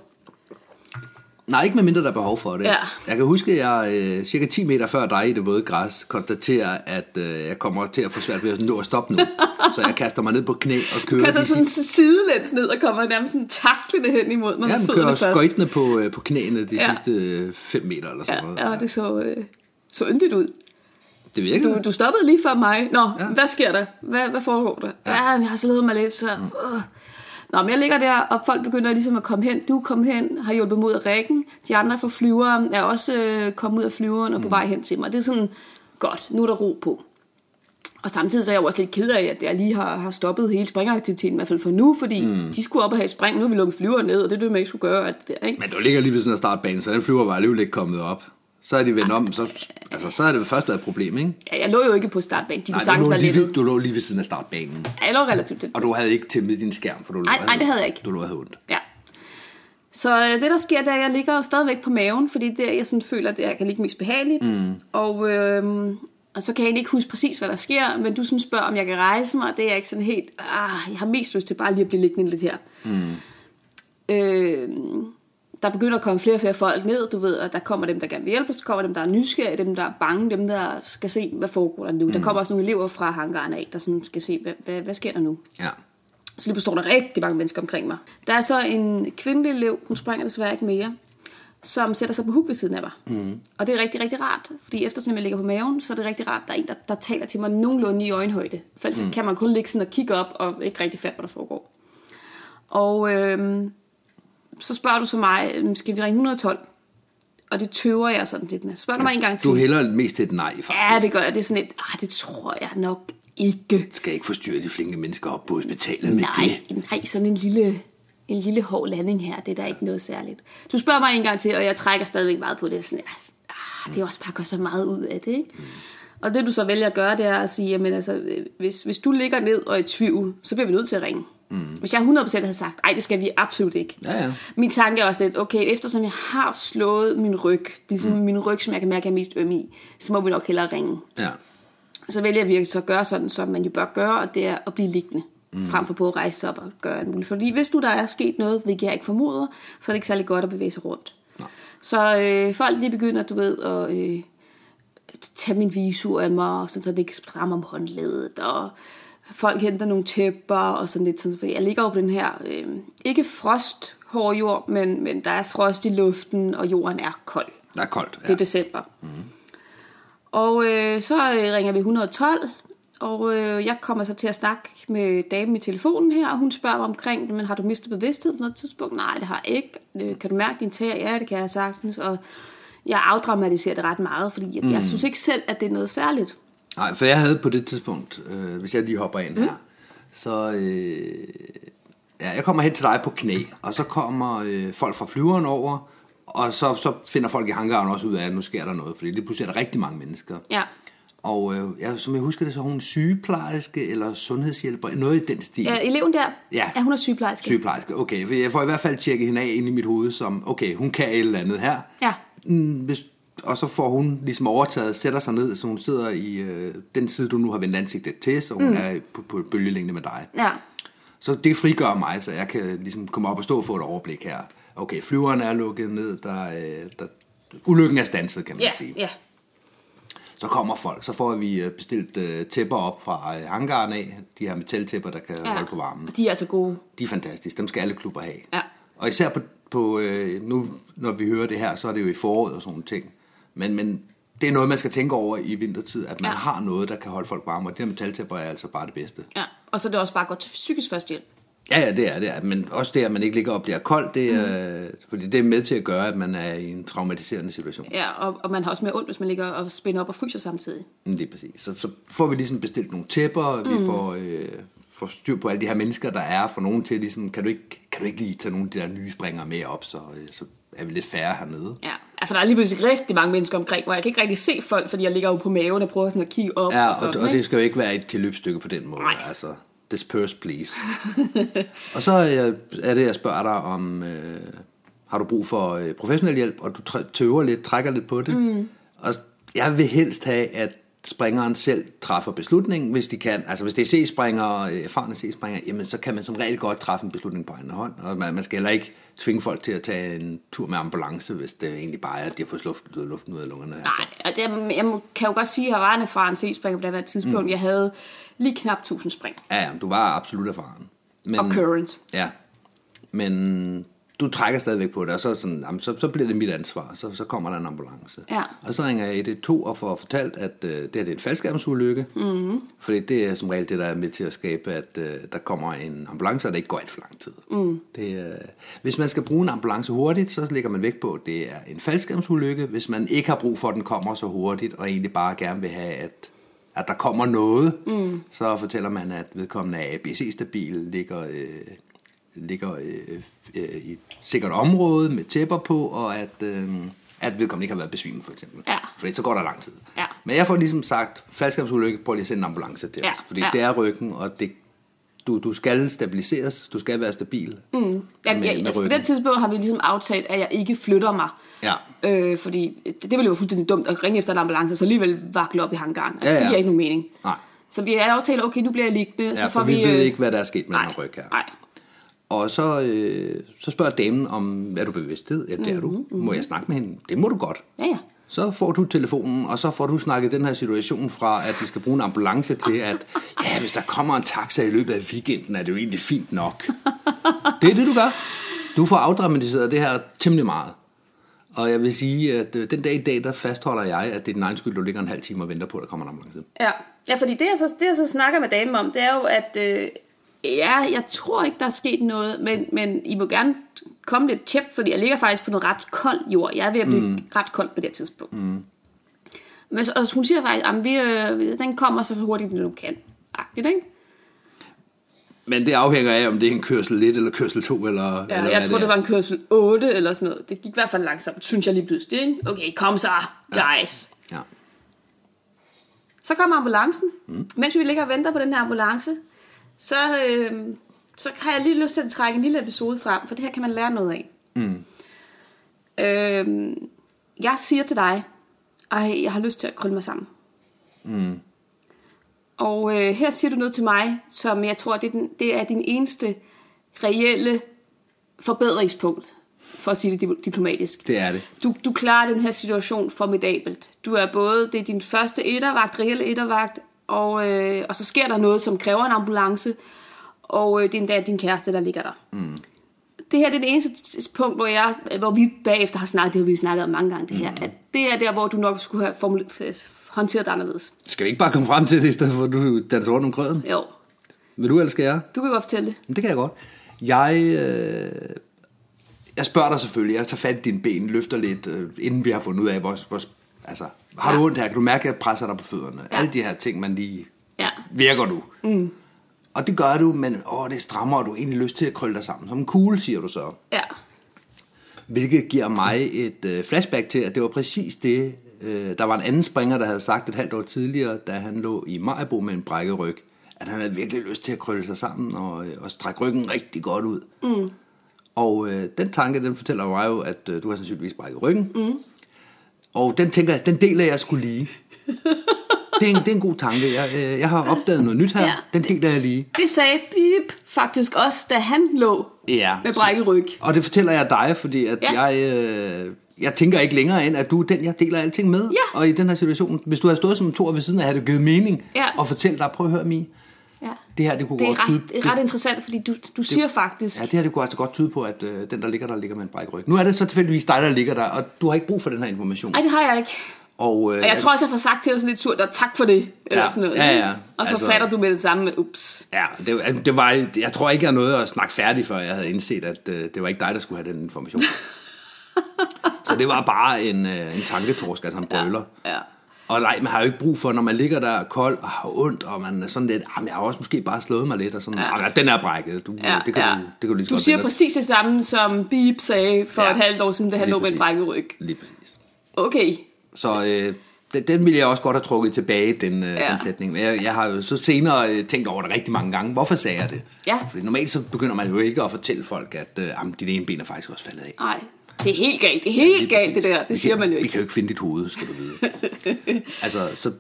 B: Nej, ikke med mindre der er behov for det.
C: Ja.
B: Jeg kan huske, at jeg øh, cirka ti meter før dig i det våde græs konstaterer, at øh, jeg kommer til at få svært ved at nå at stoppe nu. Så jeg kaster mig ned på knæ og kører.
C: Du kaster sådan sidelæns ned og kommer nærmest sådan taklende hen imod mig.
B: Ja, man kører skøjtene på, øh, på knæene de ja. sidste fem meter eller sådan
C: ja,
B: noget.
C: Ja, det så, øh, så yndigt ud.
B: Det virker.
C: Du, du stoppede lige før mig. Nå, ja. Hvad sker der? Hvad, hvad foregår der? Ja. Ja, jeg har slået mig lidt, så... Mm. Nå, men jeg ligger der, og folk begynder ligesom at komme hen. Du kom hen, har hjulpet mod af rækken. De andre fra flyveren er også øh, kommet ud af flyveren og på mm. vej hen til mig. Det er sådan, godt, nu er der ro på. Og samtidig så er jeg jo også lidt ked af, at jeg lige har, har stoppet hele springeraktiviteten, i hvert fald for nu, fordi mm. de skulle op og have et spring. Nu har vi lukket flyveren ned, og det er det, man ikke skulle gøre. Alt det der, ikke?
B: Men du ligger lige ved sådan en startbane, så den flyver var alligevel ikke kommet op. Så er de vendt om, så, altså, så er det først været et problem, ikke?
C: Ja, jeg lå jo ikke på startbanen. De
B: nej, du lå, lige ved, du lå lige ved siden af startbanen.
C: Ja, jeg lå relativt tæt.
B: Og du havde ikke tæmmet din skærm, for du lå
C: nej, nej, det havde jeg ikke.
B: Du lå havde ondt.
C: Ja. Så det, der sker, det er, at jeg ligger stadigvæk på maven, fordi det er, jeg sådan føler, at jeg kan ligge mest behageligt. Mm. Og, øhm, og så kan jeg egentlig ikke huske præcis, hvad der sker, men du sådan spørger, om jeg kan rejse mig, og det er ikke sådan helt... Ah, jeg har mest lyst til bare lige at blive liggende lidt her. Mm. Øhm... Der begynder at komme flere og flere folk ned, du ved, og der kommer dem, der gerne vil hjælpe, så kommer dem, der er nysgerrige, dem, der er bange, dem, der skal se, hvad foregår der nu. Mm. Der kommer også nogle elever fra hangaren af, der sådan skal se, hvad, hvad, hvad sker der nu. Ja. Så lige står der rigtig mange mennesker omkring mig. Der er så en kvindelig elev, hun springer desværre ikke mere, som sætter sig på huk ved siden af mig. Mm. Og det er rigtig, rigtig rart, fordi eftersom jeg ligger på maven, så er det rigtig rart, der er en, der, der taler til mig nogenlunde i øjenhøjde. For ellers mm. kan man kun ligge sådan og kigge op, og ikke rigtig fatte, hvad der foregår. Og øhm, så spørger du så mig, skal vi ringe et et to? Og det tøver jeg sådan lidt med. Spørger du mig en gang til.
B: Du hælder mest til et nej, faktisk.
C: Ja, det gør jeg. Det er sådan et, ah, det tror jeg nok ikke.
B: Skal ikke forstyrre de flinke mennesker op på hospitalet med
C: nej,
B: det?
C: Nej, sådan en lille, en lille hård landing her, det er der ikke noget særligt. Du spørger mig en gang til, og jeg trækker stadigvæk meget på det. Sådan, ah, det er også bare gør så meget ud af det, ikke? Mm. Og det du så vælger at gøre, det er at sige, jamen altså, hvis, hvis du ligger ned og er i tvivl, så bliver vi nødt til at ringe. Mm. Hvis jeg hundrede procent havde sagt, nej, det skal vi absolut ikke.
B: Ja, ja.
C: Min tanke er også lidt, okay, eftersom jeg har slået min ryg, ligesom mm. min ryg, som jeg kan mærke er mest øm i, så må vi nok hellere ringe. Ja. Så vælger vi så at gøre sådan, som man jo bør gøre, og det er at blive liggende, mm. frem for på at rejse op og gøre en muligt. Fordi hvis nu der er sket noget, hvilket jeg ikke formoder, så er det ikke særlig godt at bevæge sig rundt. Nej. Så øh, folk lige begynder, du ved, at øh, tage min visur af mig, så det ikke strammer om håndledet, og folk henter nogle tæpper og sådan lidt sådan, fordi jeg ligger jo på den her, øh, ikke frost hård jord, men, men der er frost i luften, og jorden er kold.
B: Der er koldt, ja.
C: Det er december. Mm. Og øh, så ringer vi et et to, og øh, jeg kommer så til at snakke med damen i telefonen her, og hun spørger mig omkring, men har du mistet bevidsthed på noget tidspunkt? Nej, det har jeg ikke. Øh, kan du mærke din tæer? Ja, det kan jeg sagtens. Og jeg afdramatiserer det ret meget, fordi jeg, mm. jeg synes ikke selv, at det er noget særligt.
B: Nej, for jeg havde på det tidspunkt, øh, hvis jeg lige hopper ind mm. her, så øh, ja, jeg kommer hen til dig på knæ, og så kommer øh, folk fra flyveren over, og så, så finder folk i hangaren også ud af, at nu sker der noget, fordi det pludselig er der rigtig mange mennesker. Ja. Og øh, ja, som jeg husker det, så er hun sygeplejerske eller sundhedshjælper, noget i den stil.
C: Ja, eleven der, ja, ja hun er sygeplejerske.
B: Sygeplejerske, okay, for jeg får i hvert fald tjekket hende af inde i mit hoved, som okay, hun kan et eller andet her. Ja. Hvis og så får hun ligesom overtaget, sætter sig ned, så hun sidder i øh, den side, du nu har vendt ansigtet til, så hun mm. er på, på bølgelængde med dig. Ja. Så det frigør mig, så jeg kan ligesom komme op og stå og få et overblik her. Okay, flyveren er lukket ned, der, øh, der, ulykken er standset, kan man yeah, sige. Yeah. Så kommer folk, så får vi bestilt øh, tæpper op fra øh, hangaren af, de her metaltæpper, der kan ja. holde på varmen.
C: Og de er altså gode.
B: De er fantastiske, dem skal alle klubber have. Ja. Og især på, på øh, nu, når vi hører det her, så er det jo i foråret og sådan nogle ting. Men, men det er noget, man skal tænke over i vintertid, at man ja. har noget, der kan holde folk varme, og de her metaltæpper er altså bare det bedste. Ja,
C: og så er det også bare godt til psykisk førstehjælp.
B: Ja, ja, det er det. Er. Men også det, at man ikke ligger og bliver kold, det er, mm. fordi det er med til at gøre, at man er i en traumatiserende situation.
C: Ja, og, og man har også mere ondt, hvis man ligger og spænder op og fryser samtidig.
B: Det er præcis. Så, så får vi ligesom bestilt nogle tæpper, og vi mm. får, øh, får styr på alle de her mennesker, der er for nogen til, ligesom, kan du ikke, kan du ikke lige tage nogle af de der nye springere med op, så, øh, så er vi lidt færre hernede.
C: Ja, for der er lige pludselig rigtig mange mennesker omkring, hvor jeg kan ikke rigtig se folk, fordi jeg ligger jo på maven og prøver sådan at kigge op.
B: Ja, og,
C: og, sådan,
B: og det skal jo ikke være et tilløbsstykke på den måde. Nej. Altså, disperse, please. Og så er det, jeg spørger dig om, øh, har du brug for øh, professionel hjælp, og du tøver lidt, trækker lidt på det. Mm. Og jeg vil helst have, at springeren selv træffer beslutningen, hvis de kan. Altså hvis det er C-springere, erfarne C-springere, jamen så kan man som regel godt træffe en beslutning på egen hånd. Og man, man skal heller ikke tvinge folk til at tage en tur med ambulance, hvis det egentlig bare er, at de har fået luft, luften ud af lungerne.
C: Nej, altså. jeg, jeg kan jo godt sige, at jeg var en erfaren C-springer på det her tidspunkt. Mm. Jeg havde lige knap tusind spring.
B: Ja, ja, du var absolut erfaren.
C: Men, og current.
B: Ja, men du trækker stadigvæk på det, og så, sådan, jamen, så, så bliver det mit ansvar, så, så kommer der en ambulance. Ja. Og så ringer jeg et et to og får fortalt, at øh, det, er det en faldskærmsulykke, mm-hmm. fordi det er som regel det, der er med til at skabe, at øh, der kommer en ambulance, og det ikke går alt for lang tid. Mm. Det, øh, hvis man skal bruge en ambulance hurtigt, så lægger man vægt på, at det er en faldskærmsulykke. Hvis man ikke har brug for, at den kommer så hurtigt, og egentlig bare gerne vil have, at at der kommer noget, mm. så fortæller man, at vedkommende er A B C-stabil, ligger, øh, ligger øh, øh, i et sikkert område med tæpper på, og at, øh, at vedkommende ikke har været besvimet, for eksempel. Ja. Fordi så går der lang tid. Ja. Men jeg får ligesom sagt, faldskærmsulykke, prøv lige at sende en ambulance til os. Ja. Fordi ja. det er ryggen, og det, du, du skal stabiliseres, du skal være stabil. Mm.
C: Ja, med, ja, med altså på det tidspunkt har vi ligesom aftalt, at jeg ikke flytter mig. Ja. Øh, fordi det, det ville jo være fuldstændig dumt at ringe efter en ambulance, så alligevel vakle op i hangaren. Altså, ja, ja. Det giver ikke nogen mening. Nej. Så vi har aftalt, okay, nu bliver jeg liggende.
B: Ja,
C: så
B: får
C: for
B: vi,
C: vi
B: ved ikke, hvad der er sket med den ryg her.
C: Nej.
B: Og så, øh, så spørger damen om, er du bevidsthed? Ja, det er mm-hmm. du. Må jeg snakke med hende? Det må du godt. Ja, ja. Så får du telefonen, og så får du snakket den her situation fra, at vi skal bruge en ambulance til, at ja, hvis der kommer en taxa i løbet af weekenden, er det jo egentlig fint nok. Det er det, du gør. Du får afdramatiseret det her temmelig meget. Og jeg vil sige, at øh, den dag i dag, der fastholder jeg, at det er din egen skyld, du ligger en halv time og venter på, at der kommer en ambulance.
C: Ja, ja, fordi det jeg, så, det, jeg så snakker med damen om, det er jo, at øh, ja, jeg tror ikke, der er sket noget, men, men I må gerne komme lidt tæt, fordi jeg ligger faktisk på noget ret kold jord. Jeg er ved at blive mm. ret kold på det tidspunkt. Mm. Men så, og hun siger faktisk, at vi, øh, den kommer så hurtigt, du kan. Agtigt, ikke?
B: Men det afhænger af, om det er en kørsel et eller kørsel to, eller,
C: ja,
B: eller
C: jeg
B: hvad
C: tror,
B: det,
C: det var en kørsel otte, eller sådan noget. Det gik i hvert fald langsomt, synes jeg lige pludselig, ikke? Okay, kom så, guys.
B: Ja. Ja.
C: Så kommer ambulancen. Mm. Mens vi ligger og venter på den her ambulance, så, øh, så har jeg lige lyst til at trække en lille episode frem, for det her kan man lære noget af. Mm. Øh, jeg siger til dig, ej, jeg har lyst til at krølle mig sammen. Mm. Og øh, her siger du noget til mig, som jeg tror, det er, den, det er din eneste reelle forbedringspunkt, for at sige det diplomatisk.
B: Det er det.
C: Du, du klarer den her situation formidabelt. Du er både, det er din første ettervagt, reelle ettervagt, og, øh, og så sker der noget, som kræver en ambulance, og øh, det er endda din kæreste, der ligger der. Mm. Det her det er det eneste punkt, hvor, jeg, hvor vi bagefter har snakket, det har vi snakket om mange gange, det her, mm. at det er der, hvor du nok skulle have formuleret, håndteret det anderledes. Skal
B: vi ikke bare komme frem til det, i stedet for at du danser rundt om grøden?
C: Jo.
B: Vil du, eller skal jeg?
C: Du kan godt fortælle det.
B: Det kan jeg godt. Jeg, øh, jeg spørger dig selvfølgelig, jeg tager fat i dine ben, løfter lidt, øh, inden vi har fundet ud af, hvor, hvor altså, har ja. du ondt her? Kan du mærke, at jeg presser dig på fødderne? Ja. Alle de her ting, man lige... Ja. Virker du? Mm. Og det gør du, men åh, det strammer, og du har egentlig lyst til at krølle dig sammen. Som en kugle, siger du så. Ja. Hvilket giver mig et øh, flashback til, at det var præcis det, øh, der var en anden springer, der havde sagt et halvt år tidligere, da han lå i Maribo med en brækket ryg, at han havde virkelig lyst til at krølle sig sammen og, øh, og strække ryggen rigtig godt ud. Mm. Og øh, den tanke, den fortæller mig jo, at øh, du har sandsynligvis brækket ryggen. Mm. Og den tænker jeg, den deler jeg skulle lige. Det er, en, det er en god tanke. Jeg, øh, jeg har opdaget noget nyt her. Ja, den deler jeg lige.
C: Det sagde Bip faktisk også, da han lå ja, med brækket ryg.
B: Og det fortæller jeg dig, fordi at ja. jeg, øh, jeg tænker ikke længere end, at du er den, jeg deler alting med. Ja. Og i den her situation, hvis du havde stået som en toer ved siden af, havde det givet mening ja. at fortælle dig, prøv at høre mig. Ja. Det her, det kunne
C: det er
B: godt
C: ret,
B: tyde...
C: Det er ret interessant, fordi du, du siger det, faktisk...
B: Ja, det her, det kunne altså godt tyde på, at øh, den, der ligger der, ligger med en brækket ryg. Nu er det så tilfældigvis dig, der ligger der, og du har ikke brug for den her information.
C: Nej, det har jeg ikke. Og, øh, og jeg tror også, jeg får sagt til dig sådan lidt surt, og tak for det, eller ja, sådan noget. Ja, ja. Og så altså, fatter du med det samme, men ups.
B: Ja, det, det var, jeg tror ikke, jeg nåede at snakke færdig, før jeg havde indset, at øh, det var ikke dig, der skulle have den information. Så det var bare en, øh, en tanketorsk, at han brøler. Ja, ja. Og nej, man har jo ikke brug for, når man ligger der kold og har ondt, og man er sådan lidt, jamen jeg har også måske bare slået mig lidt, og sådan, ja. den er brækket, du, ja, det kan ja. du, det kan du lige
C: Du siger præcis det samme, som Beep sagde for ja. et halvt år siden, da han lå med en brækket ryg.
B: Lige præcis.
C: Okay.
B: Så øh, den, den ville jeg også godt have trukket tilbage, den, øh, ja. den sætning. Men jeg, jeg har jo så senere øh, tænkt over det rigtig mange gange. Hvorfor sagde jeg det? Ja. Fordi normalt så begynder man jo ikke at fortælle folk, at øh, jamen, dit ene ben er faktisk også faldet af.
C: Nej. Det er helt galt, det er helt ja, galt det der, det vi siger
B: kan,
C: man jo ikke.
B: Vi kan jo ikke finde dit hoved, skal du vide. altså, så...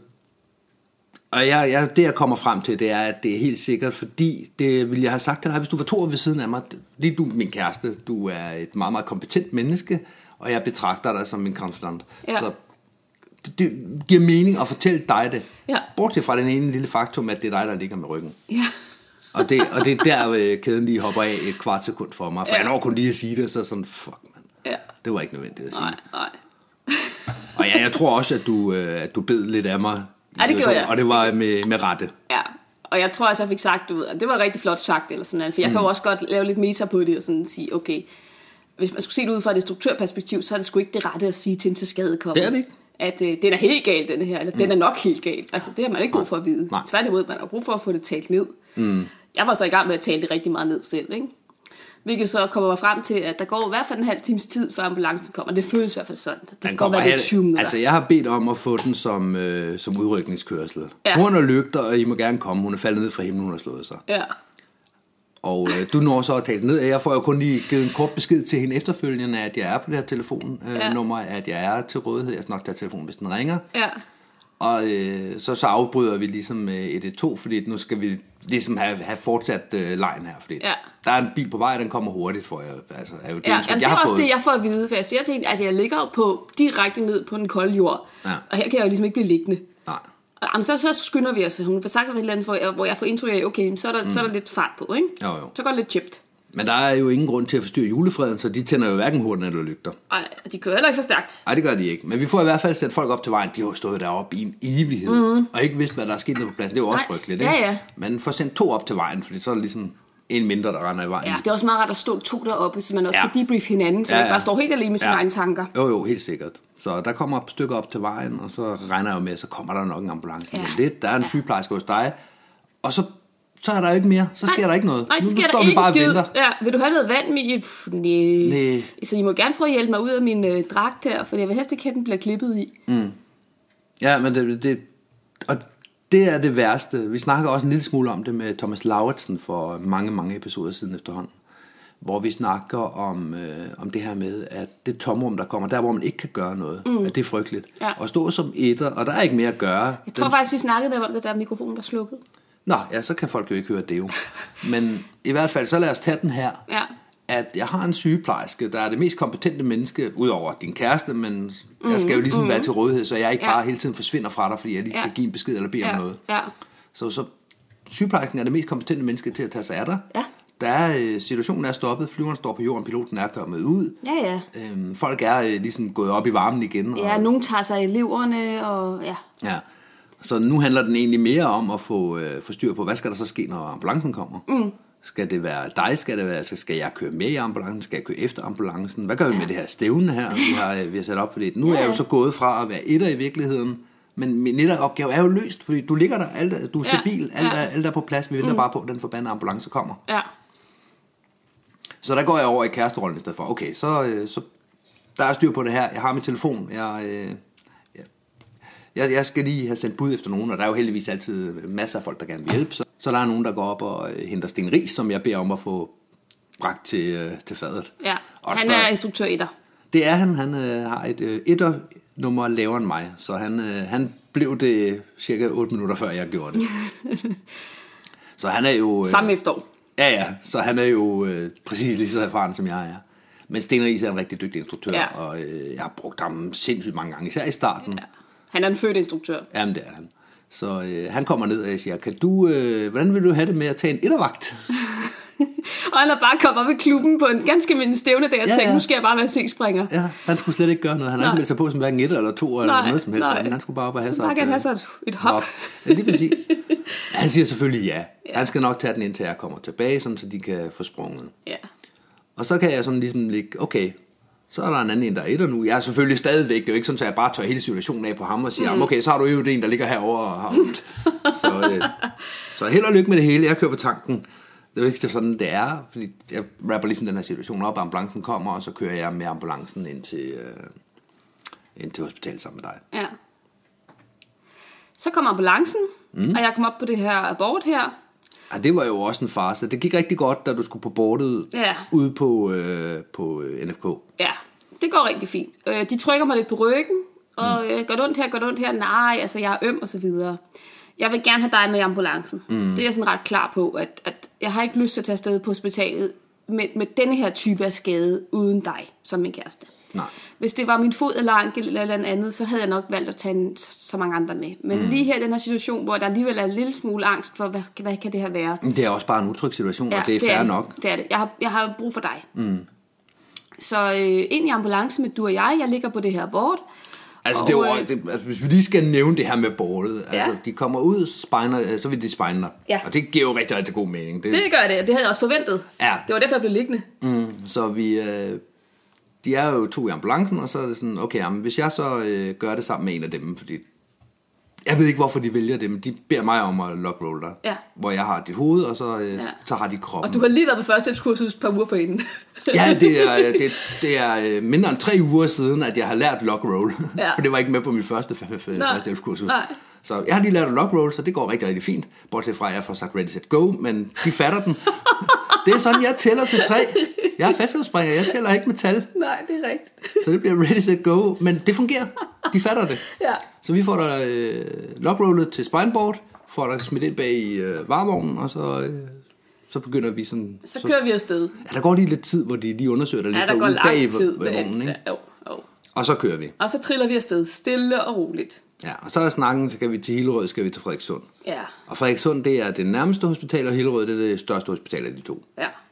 B: Og jeg, jeg, det jeg kommer frem til, det er, at det er helt sikkert, fordi det ville jeg have sagt til dig, hvis du var to år ved siden af mig, fordi du er min kæreste, du er et meget, meget kompetent menneske, og jeg betragter dig som min konfidant. Ja. Så det, det giver mening at fortælle dig det. Ja. Bortset fra den ene lille faktum, at det er dig, der ligger med ryggen. Ja. og, det, og det er der, øh, kæden lige hopper af et kvart sekund for mig, for ja. jeg når kun lige at sige det, så sådan, fuck man. Ja. Det var ikke nødvendigt at sige.
C: Nej, nej.
B: Og ja, jeg tror også, at du, øh, at du bed lidt af mig.
C: Ja, det gjorde jeg.
B: Og det var med, med rette.
C: Ja, og jeg tror også, jeg fik sagt det ud. Og det var rigtig flot sagt, eller sådan noget. For jeg mm. kan jo også godt lave lidt meta på det, og sådan sige, okay, hvis man skulle se det ud fra et strukturperspektiv, så er det sgu ikke det rette at sige til en til skadekommende.
B: Det er det ikke.
C: At øh, den er helt galt, den her, eller mm. den er nok helt galt. Altså, det har man ikke brug for at vide. Nej. Tværtimod, man har brug for at få det talt ned. Mm. Jeg var så i gang med at tale det rigtig meget ned selv, ikke? Hvilket så kommer mig frem til, at der går i hvert fald en halv times tid, før ambulancen kommer. Det føles i hvert fald sådan. Det den går være lidt tyve minutter.
B: Altså, jeg har bedt om at få den som, øh, som udrykningskørsel. Ja. Hun er lygter, og I må gerne komme. Hun er faldet ned fra himlen, hun har slået sig. Ja. Og øh, du når så at tale ned. Jeg får jo kun lige givet en kort besked til hende efterfølgende, at jeg er på det her telefonnummer, øh, ja. at jeg er til rådighed. Jeg skal nok tage telefonen, hvis den ringer. Ja. Og øh, så, så afbryder vi ligesom et et to, fordi nu skal vi ligesom have, have fortsat øh, lejen her. Fordi ja. der er en bil på vej, den kommer hurtigt, for jeg. Altså, er jo det,
C: ja, jamen, det er også fået. Det, jeg får at vide. For jeg siger til hende, at jeg ligger jo på direkte ned på den kolde jord. Ja. Og her kan jeg jo ligesom ikke blive liggende. Nej. Jamen, så, så skynder vi os. Hun får sagt et eller andet, hvor jeg, hvor jeg får indtryk af, okay, så er der, mm. så er der lidt fart på, ikke?
B: Jo, jo.
C: Så går det lidt chipped.
B: Men der er jo ingen grund til at forstyrre julefreden, så de tænder jo hverken hurtigt eller lygter.
C: Nej, de kører heller ikke for stærkt.
B: Nej, det gør de ikke. Men vi får i hvert fald sætte folk op til vejen. De har jo stået deroppe i en evighed, mm. og ikke vidst, hvad der er sket på pladsen. Det er jo også frygteligt, ikke?
C: Ja, ja.
B: Men får sendt to op til vejen, fordi så er det ligesom en mindre, der render i vejen.
C: Ja, det er også meget rart at stå to deroppe, så man også
B: ja.
C: kan debrief hinanden, så ja, ja. man bare står helt alene med sine ja. egne tanker.
B: Jo, jo, helt sikkert. Så der kommer et stykke op til vejen, og så regner jeg jo med, så kommer der nok en ambulance. Ja. Lidt. Der er en ja. sygeplejerske hos dig, og så så er der jo ikke mere. Så sker
C: nej,
B: der ikke noget.
C: Nej, så
B: nu,
C: sker
B: nu står
C: der
B: vi
C: ikke
B: bare og venter.
C: Ja, vil du have noget vand med? Nej. Så I må gerne prøve at hjælpe mig ud af min øh, dragt her, for jeg vil helst ikke have, den bliver klippet i.
B: Mm. Ja, men det, det, og det er det værste. Vi snakker også en lille smule om det med Thomas Lauritsen for mange, mange episoder siden efterhånden. Hvor vi snakker om, øh, om det her med, at det tomrum, der kommer, der hvor man ikke kan gøre noget, mm. at det er frygteligt. Ja. Og stå som etter, og der er ikke mere at gøre.
C: Jeg tror den... faktisk, vi snakkede om det, der mikrofonen var slukket.
B: Nå, ja, så kan folk jo ikke høre det jo. Men i hvert fald, så lad os tage den her.
C: Ja.
B: At jeg har en sygeplejerske, der er det mest kompetente menneske, udover din kæreste, men mm, jeg skal jo ligesom mm. være til rådighed, så jeg ikke ja. bare hele tiden forsvinder fra dig, fordi jeg lige skal ja. give en besked eller bede ja. om noget.
C: Ja.
B: Så, så sygeplejersken er det mest kompetente menneske til at tage sig af dig.
C: Ja.
B: Der er, situationen er stoppet, flyveren står på jorden, piloten er kommet ud.
C: Ja, ja.
B: Øhm, folk er ligesom gået op i varmen igen.
C: Ja, og nogen tager sig i leverne, og ja.
B: Ja. Så nu handler den egentlig mere om at få, øh, få styr på, hvad skal der så ske, når ambulancen kommer? Mm. Skal det være dig? Skal det være, skal jeg køre med i ambulancen? Skal jeg køre efter ambulancen? Hvad gør vi ja. med det her stævne her, vi har, vi har sat op for det? Nu ja. er jeg jo så gået fra at være etter i virkeligheden, men min etteropgave er jo løst, fordi du ligger der, alt, du er stabil, ja. alt, er, alt er på plads, vi venter mm. bare på, at den forbandede ambulance kommer.
C: Ja.
B: Så der går jeg over i kæresterollen i stedet for, okay, så, så der er styr på det her, jeg har min telefon, jeg... Øh, Jeg, jeg skal lige have sendt bud efter nogen, og der er jo heldigvis altid masser af folk, der gerne vil hjælpe. Så, så der er nogen, der går op og øh, henter Sten Ries, som jeg beder om at få bragt til, øh, til fadet.
C: Ja, og han spørger, er instruktør etter.
B: Det er han. Han øh, har et øh, etter-nummer lavere end mig, så han, øh, han blev det cirka otte minutter før jeg gjorde det. Så han er jo... Øh,
C: Samme efterår.
B: Ja, ja. Så han er jo øh, præcis lige så erfaren, som jeg er. Men Sten Ries er en rigtig dygtig instruktør, ja. og øh, jeg har brugt ham sindssygt mange gange, især i starten. Ja.
C: Han er en født instruktør.
B: Jamen, det er han. Så øh, han kommer ned, og jeg siger, kan du, øh, hvordan vil du have det med at tage en ettervagt?
C: Og han er bare kommet op i klubben på en ganske mindre stævne, der jeg ja, tænkte, ja. nu skal jeg bare være C-springer.
B: Ja, han skulle slet ikke gøre noget. Han har ikke meldt sig på som hverken et eller to eller nej, noget som helst. Nej. Han skulle bare op og have sig
C: et,
B: have
C: sig et, et hop. hop.
B: Ja, lige præcis. Han siger selvfølgelig ja. ja. Han skal nok tage den indtil jeg kommer tilbage, sådan, så de kan få sprunget. Ja. Og så kan jeg sådan ligesom ligge, okay, så er der en anden en, der er etter nu. Jeg er selvfølgelig stadigvæk, det er jo ikke sådan, at jeg bare tør hele situationen af på ham og siger, mm. okay, så har du jo en, der ligger herovre og har ondt. så, øh, så held og lykke med det hele. Jeg kører på tanken. Det er jo ikke sådan, det er, fordi jeg rapper ligesom den her situation op, ambulancen kommer, og så kører jeg med ambulancen ind til, øh, ind til hospitalet sammen med dig.
C: Ja. Så kommer ambulancen, mm. og jeg kom op på det her abort her.
B: Ja, det var jo også en farce. Det gik rigtig godt, da du skulle på bordet ja. ude på, øh, på N F K. Ja,
C: det går rigtig fint. Øh, de trykker mig lidt på ryggen, og øh, går det ondt her, går det ondt her? Nej, altså jeg er øm og så videre. Jeg vil gerne have dig med i ambulancen. Mm. Det er jeg sådan ret klar på, at, at jeg har ikke lyst til at tage afsted på hospitalet med, med denne her type af skade uden dig som min kæreste. Nej. Hvis det var min fod eller ankel eller noget andet, så havde jeg nok valgt at tage en, så mange andre med. Men mm. lige her i den her situation, hvor der alligevel er en lille smule angst for, hvad, hvad kan det her være?
B: Det er også bare en utryg situation, ja, og det er fair nok.
C: Det er det. Jeg har, jeg har brug for dig. Mm. Så øh, ind i ambulancen med du og jeg, jeg ligger på det her bord.
B: Altså, og, det er jo, det, altså, hvis vi lige skal nævne det her med bordet, ja. altså, de kommer ud, spiner, så vil de spine dig. Ja. Og det giver jo rigtig, rigtig god mening.
C: Det, det gør det, det havde jeg også forventet. Ja. Det var derfor, jeg blev liggende.
B: Mm, så vi, øh, de er jo to i ambulancen, og så er det sådan, okay, jamen, hvis jeg så øh, gør det sammen med en af dem, fordi jeg ved ikke, hvorfor de vælger det, men de beder mig om at lockroll dig, ja. hvor jeg har dit hoved, og så, øh, ja. så har de kroppen.
C: Og du har lige været på førstehjælpskursus et par uger forinden.
B: Ja, det er, det, det er mindre end tre uger siden, at jeg har lært lockroll. Ja. For det var ikke med på mit første førstehjælpskursus. Så jeg har lige lært at lockroll, så det går rigtig, rigtig fint. Bortset fra, at jeg får sagt ready, set, go, men de fatter den. Det er sådan, jeg tæller til tre. Jeg er faldskærmsspringer, jeg tæller ikke med tal.
C: Nej, det er rigtigt.
B: Så det bliver ready, set, go, men det fungerer. De fatter det. Ja. Så vi får der øh, lockrollet til spineboard, får der smidt ind bag i øh, varevognen, og så... Øh, Så begynder vi sådan...
C: Så kører så, vi afsted.
B: Ja, der går lige lidt tid, hvor de lige undersøger dig
C: ja,
B: lidt
C: der
B: derude
C: bag
B: ved vognen, ikke?
C: Jo, jo.
B: Og så kører vi.
C: Og så triller vi afsted, stille og roligt.
B: Ja, og så er snakken, så skal vi til Hillerød, skal vi til Frederikssund.
C: Ja.
B: Og Frederikssund, det er det nærmeste hospital, og Hillerød, det er det største hospital af de to.
C: Ja.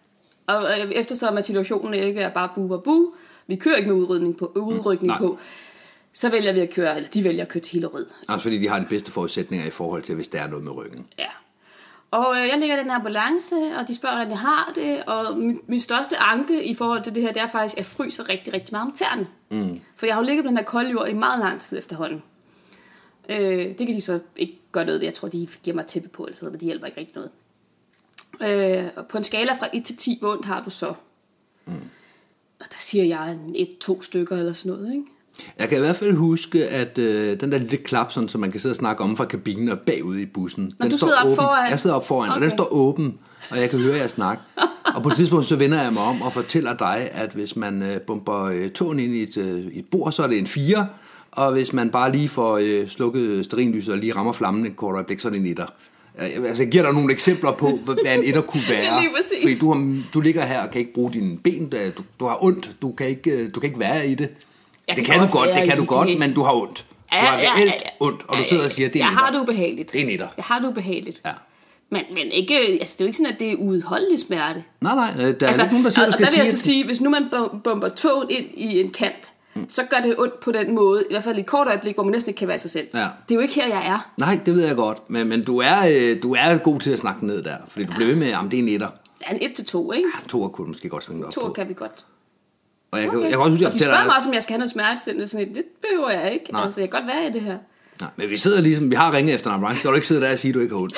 C: Og eftersom at situationen ikke er bare bu og bu, vi kører ikke med udrykning på, udrykning mm, på, så vælger vi at køre, eller de vælger at køre til Hillerød.
B: Altså fordi de har de bedste forudsætninger i forhold til, hvis der er noget med ryggen.
C: Ja. Og øh, jeg ligger i den her ambulance, og de spørger, hvordan jeg har det, og min, min største anke i forhold til det her, det er faktisk, at jeg fryser rigtig, rigtig meget om tæerne. Mm. For jeg har jo ligget på den her kolde jord i meget lang tid efterhånden. Øh, det kan de så ikke gøre noget ved. Jeg tror, de giver mig tæppe på, eller sådan, men de hjælper ikke rigtig noget. Øh, og på en skala fra et til ti, hvor ondt har du så? Mm. Og der siger jeg et, to stykker eller sådan noget, ikke?
B: Jeg kan i hvert fald huske, at øh, den der lille klap, sådan, som man kan sidde og snakke om fra kabinen og bagud i bussen.
C: Når
B: den
C: du
B: står
C: sidder
B: åben.
C: op foran?
B: Jeg sidder op foran, okay. Og den står åben, og jeg kan høre jer snakke. Og på et tidspunkt så vender jeg mig om og fortæller dig, at hvis man øh, bumper øh, tåen ind i et, øh, et bord, så er det en fire. Og hvis man bare lige får øh, slukket stearinlyset og lige rammer flammen et kort øjeblik, så er det en etter. Altså, jeg giver dig nogle eksempler på, hvad en etter kunne være.
C: Lige præcis.
B: Fordi du, har, du ligger her og kan ikke bruge dine ben. Du, du har ondt. Du kan, ikke, du kan ikke være i det. Det kan, kan du godt, det kan du godt, men du har ondt. Du har reelt ja, ja, ja. ondt, og du sidder og siger, det er
C: jeg
B: netter.
C: har det ubehageligt.
B: Det er netter.
C: Jeg har det ubehageligt.
B: Ja.
C: Men, men ikke, altså det er jo ikke sådan, at det er uudholdelig smerte.
B: Nej, nej, der er
C: altså,
B: ikke nogen, der siger, du skal
C: der vil
B: sige...
C: jeg så sige, hvis nu man bomber togen ind i en kant, mm. så gør det ondt på den måde, i hvert fald i et kort øjeblik, hvor man næsten ikke kan være sig selv. Ja. Det er jo ikke her, jeg er.
B: Nej, det ved jeg godt, men, men du, er, du er god til at snakke ned der, fordi du ja. bliver ved med, at det er netter.
C: Ja, en et til to, ikke?
B: Ja, to kunne du måske godt svinge op på.
C: To kan vi godt.
B: Og jeg,
C: okay.
B: kan, jeg kan også huske,
C: og de spørger mig også, om jeg skal have noget smertestillende. Sådan, det behøver jeg ikke. Nej. Altså, jeg kan godt være i det her.
B: Nej, men vi sidder ligesom, vi har ringet efter en ambulance. Skal du ikke sidde der og sige, at du ikke har ondt?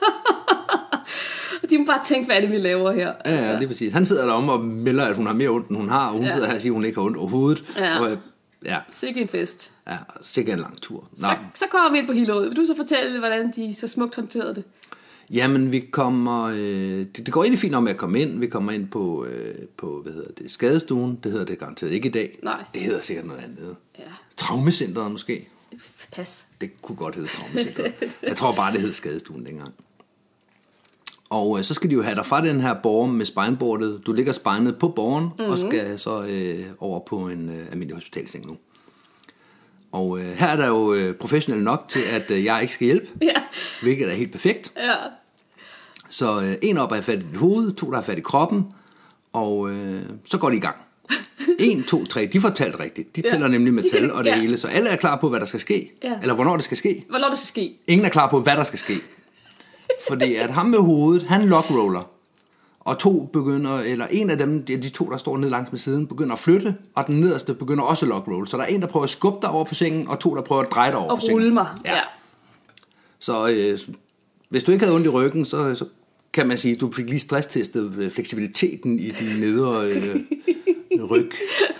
C: De må bare tænke, hvad er det, vi laver her.
B: Ja, ja, det er præcis. Han sidder derom og melder, at hun har mere ondt, end hun har. Og hun ja. sidder her og siger, at hun ikke har ondt overhovedet.
C: Ja.
B: Og, ja.
C: Sikke en fest.
B: Ja, sikke en lang tur.
C: Så, så kommer vi ind på Hillerød. Vil du så fortælle, hvordan de så smukt håndterede det?
B: Jamen, vi kommer... Øh, det, det går egentlig fint om at komme ind. Vi kommer ind på, øh, på hvad hedder det, skadestuen. Det hedder det garanteret ikke i dag.
C: Nej.
B: Det hedder sikkert noget andet.
C: Ja.
B: Traumecenteret måske.
C: Pas.
B: Det kunne godt hedde Traumecenteret. Jeg tror bare, det hed skadestuen dengang. Og øh, så skal de jo have dig fra den her borger med spejnbordet. Du ligger spejnet på borgeren, mm-hmm. og skal så øh, over på en øh, almindelig hospitalseng nu. Og øh, her er der jo øh, professionelle nok til, at øh, jeg ikke skal hjælpe,
C: ja.
B: hvilket er helt perfekt.
C: Ja.
B: Så øh, en op er fat i dit hoved, to der er fat i kroppen, og øh, så går de i gang. En, to, tre, de får talt rigtigt. De tæller ja. nemlig med tal og det ja. hele, så alle er klar på, hvad der skal ske. Ja. Eller hvornår det skal ske.
C: Hvornår det skal ske.
B: Ingen er klar på, hvad der skal ske. Fordi at ham med hovedet, han lockroller. Og to begynder, eller en af dem, de to, der står ned langs med siden, begynder at flytte, og den nederste begynder også at lockroll. Så der er en, der prøver at skubbe dig over på sengen, og to, der prøver at dreje dig over
C: og
B: på sengen.
C: Og rulle mig, ja. ja.
B: Så øh, hvis du ikke havde ondt i ryggen, så, så kan man sige, at du fik lige stresstestet fleksibiliteten i din nedre øh, ryg.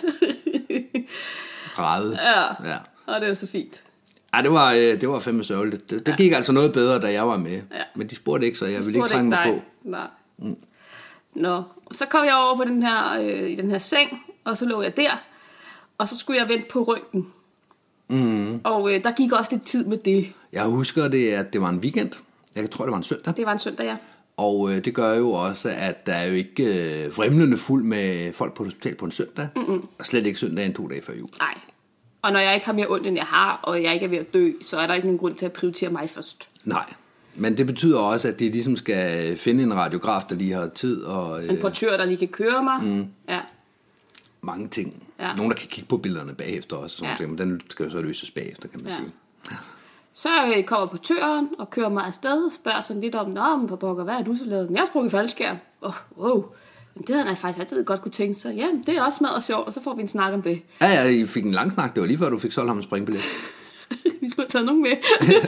B: Rade.
C: Ja. ja, og det var så fint.
B: Ja, det var, det var fandme sørgeligt. Det, det gik ja. altså noget bedre, da jeg var med. Ja. Men de spurgte ikke, så jeg ville ikke trænge mig på.
C: Nej. Mm. Nå, så kom jeg over på den her, øh, i den her seng, og så lå jeg der, og så skulle jeg vente på ryggen. Mm. Og øh, der gik også lidt tid med det.
B: Jeg husker det, at det var en weekend. Jeg tror, det var en søndag.
C: Det var en søndag, ja.
B: Og øh, det gør jo også, at der er jo ikke øh, vrimlende fuld med folk på et hospital på en søndag. Mm-mm. Og slet ikke søndag en to dage før jul.
C: Nej. Og når jeg ikke har mere ondt, end jeg har, og jeg ikke er ved at dø, så er der ikke nogen grund til at prioritere mig først.
B: Nej. Men det betyder også, at de ligesom skal finde en radiograf, der lige har tid. Og,
C: en portør, der lige kan køre mig. Mm. Ja.
B: Mange ting.
C: Ja.
B: Nogen, der kan kigge på billederne bagefter også. Ja. Men den skal jo så løses bagefter, kan man ja. sige. Ja.
C: Så kommer portøren og kører mig afsted og spørger sådan lidt om, nå, men på pokker, hvad er du så lavet? Jeg har sprunget faldskærm. Oh, wow. Men det havde han faktisk altid godt kunne tænke sig. Ja, det er også smadret sjovt, og så får vi en snak om det.
B: Ja, ja, I fik en lang snak. Det var lige før, du fik solgt ham en springbillet.
C: Vi skulle have taget nogen med.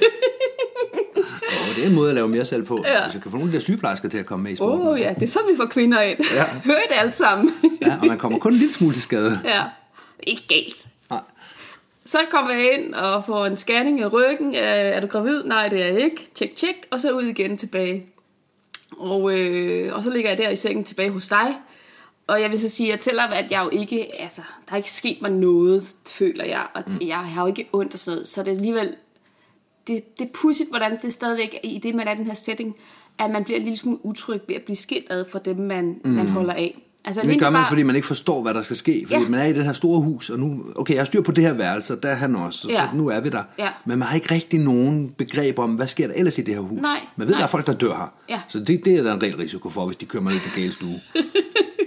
B: Og det er en måde at lave mere salg på. Ja. Hvis jeg kan få nogle af de der sygeplejersker til at komme med i sporten.
C: Åh oh, ja, det er så, vi får kvinder ind. Ja. Hør det alt sammen.
B: Ja, og man kommer kun en lille smule til skade.
C: Ja, ikke galt. Nej. Så kommer jeg ind og får en scanning af ryggen. Er du gravid? Nej, det er jeg ikke. Tjek, tjek. Og så ud igen tilbage. Og, øh, og så ligger jeg der i sengen tilbage hos dig. Og jeg vil så sige, at selvom at jeg jo ikke, altså, der er ikke sket mig noget, føler jeg. Og mm. jeg har jo ikke ondt og sådan noget. Så det er alligevel, det, det er pudsigt, hvordan det stadigvæk i det, man er i den her setting, at man bliver en lille smule utryg ved at blive skilt ad fra dem, man, mm. man holder af. Altså,
B: det gør man, bare... fordi man ikke forstår, hvad der skal ske. Fordi ja. man er i det her store hus, og nu, okay, jeg har styr på det her værelse, og der er han også, ja. så nu er vi der. Ja. Men man har ikke rigtig nogen begreb om, hvad sker der ellers i det her hus.
C: Nej.
B: Man ved,
C: Nej.
B: der er folk, der dør her.
C: Ja.
B: Så det, det er der en reel risiko for, hvis de kører mig ned på gale stue.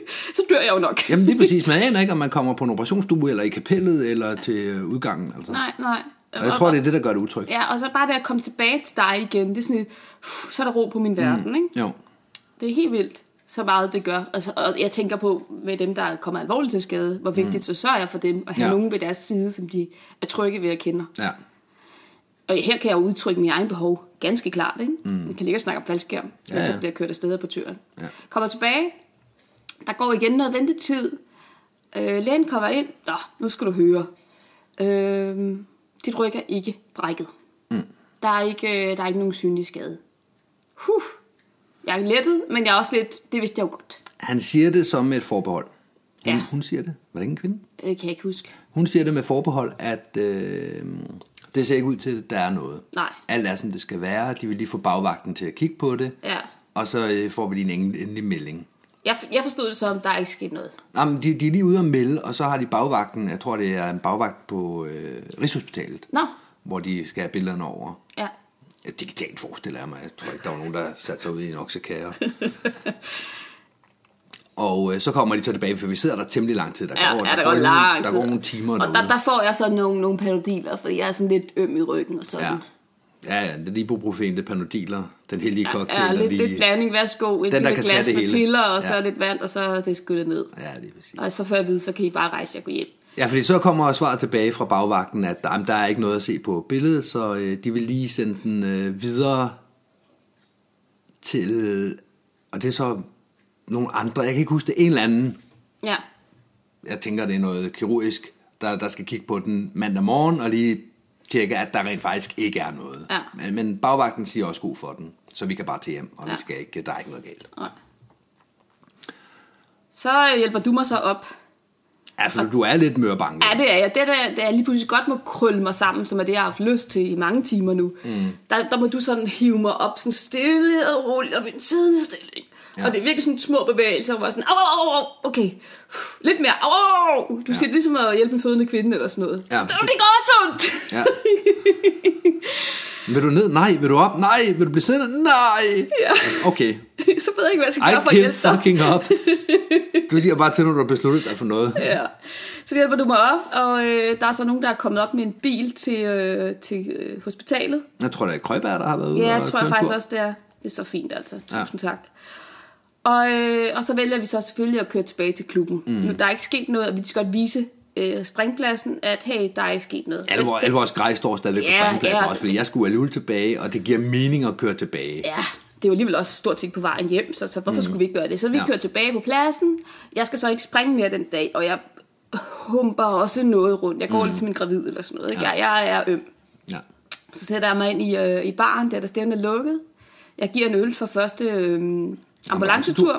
C: så dør jeg jo nok.
B: Jamen lige præcis, man aner ikke, om man kommer på en operationsstue, eller i kapellet, eller til udgangen. Altså.
C: Nej, nej.
B: Og jeg tror, det er det, der gør det utrygt.
C: Ja, og så bare det at komme tilbage til dig igen, det er sådan et, uh, så er der ro på min verden,
B: mm.
C: ikke?
B: Jo.
C: Det er helt vildt, så meget det gør. Altså, og jeg tænker på, med dem, der kommer alvorligt til skade, hvor vigtigt mm. så sørger jeg for dem, at have ja. nogen ved deres side, som de er trygge ved at kende.
B: Ja.
C: Og her kan jeg udtrykke mine egne behov ganske klart, ikke? Mm. Jeg kan lige snakke om faldskærm, ja, ja. Så bliver kørt afsted på turen. Ja. Kommer tilbage, der går igen noget ventetid. Øh, lægen kommer ind, nå, nu skal du høre. Øh, dit ryg er ikke brækket. Mm. Der, er ikke, der er ikke nogen synlig skade. Huh. Jeg er lettet, men jeg er også lidt, det vidste jeg jo godt.
B: Han siger det som et forbehold. Hun,
C: ja.
B: hun siger det. Var det ikke en kvinde?
C: Det kan jeg ikke huske.
B: Hun siger det med forbehold, at øh, det ser ikke ud til, at der er noget.
C: Nej.
B: Alt er, som det skal være. De vil lige få bagvagten til at kigge på det.
C: Ja.
B: Og så øh, får vi lige en endelig melding.
C: Jeg, jeg forstod det som, der er ikke sket noget.
B: Jamen, de, de er lige ude at melde, og så har de bagvagten, jeg tror, det er en bagvagt på øh, Rigshospitalet.
C: Nå.
B: Hvor de skal have billederne over.
C: Ja.
B: Digitalt forestiller jeg mig. Jeg tror ikke, der var nogen, der satte sig ud i en oksekære. Og øh, så kommer de så tilbage, for vi sidder der temmelig lang tid. Der
C: ja,
B: går,
C: ja, der,
B: der,
C: går,
B: går
C: lang
B: der
C: tid.
B: går nogle timer
C: og
B: derude.
C: der, der får jeg så nogle, nogle panodiler, fordi jeg er sådan lidt øm i ryggen og sådan.
B: Ja. Ja, ja, det er ibuprofen, det er panodiler, den hellige cocktail.
C: Ja, lidt,
B: lige...
C: lidt blanding, værsgo, et lille glas med piller, og så ja. lidt vand, og så er det skyllet ned.
B: Ja, det er præcis.
C: Og så får jeg vide, så kan I bare rejse jer og gå hjem.
B: Ja, fordi så kommer svaret tilbage fra bagvagten, at der, der er ikke noget at se på billedet, så øh, de vil lige sende den øh, videre til, og det er så nogle andre, jeg kan ikke huske det, en eller anden.
C: Ja.
B: Jeg tænker, det er noget kirurgisk, der, der skal kigge på den mandag morgen, og lige tjekke, at der rent faktisk ikke er noget.
C: Ja.
B: Men, men bagvagten siger også god for den, så vi kan bare til hjem, og ja. vi skal ikke, der er ikke noget galt.
C: Nej. Så hjælper du mig så op.
B: Ja, for og, du er lidt mørbange.
C: Ja, det er jeg. Det er, det er lige pludselig godt må krølle mig sammen, som er det, jeg har haft lyst til i mange timer nu. Mm. Der, der må du sådan hive mig op, sådan stille og roligt op i en sidestilling. Ja. Og det er virkelig sådan små bevægelser, hvor jeg sådan, au, au, au, okay, lidt mere, au, au, au. Du ja. siger ligesom at hjælpe en fødende kvinde eller sådan noget. Ja. Det, det går sundt! Ja.
B: Vil du ned? Nej. Vil du op? Nej. Vil du blive siddende? Nej.
C: Ja.
B: Okay.
C: Så ved jeg ikke, hvad jeg skal gøre for at hjælpe dig.
B: I fucking up. Du siger bare til, når du har besluttet dig for noget.
C: Ja. Så hjælper du mig op, og øh, der er så nogen, der er kommet op med en bil til, øh, til øh, hospitalet.
B: Jeg tror, det er Krøjberg, der har været ude.
C: Ja, jeg tror jeg faktisk også, det er. Det er så fint, altså. Tusind ja. tak. Og, øh, og så vælger vi så selvfølgelig at køre tilbage til klubben. Mm. Nu, der er ikke sket noget, og vi skal godt vise øh, springpladsen, at hey, der er ikke sket noget.
B: Alle, alle vores grej står stadigvæk ja, på springpladsen ja, også, fordi jeg skulle alligevel tilbage, og det giver mening at køre tilbage.
C: Ja, det er jo alligevel også stort set på vejen hjem, så, så hvorfor mm. skulle vi ikke gøre det? Så vi ja. kører tilbage på pladsen. Jeg skal så ikke springe mere den dag, og jeg humper også noget rundt. Jeg går mm. lidt som en gravid eller sådan noget. Ikke? Ja. Jeg, jeg er øm. Ja. Så sætter jeg mig ind i, øh, i baren, der der stævnen er lukket. Jeg giver en øl for første øh, ambulancetur.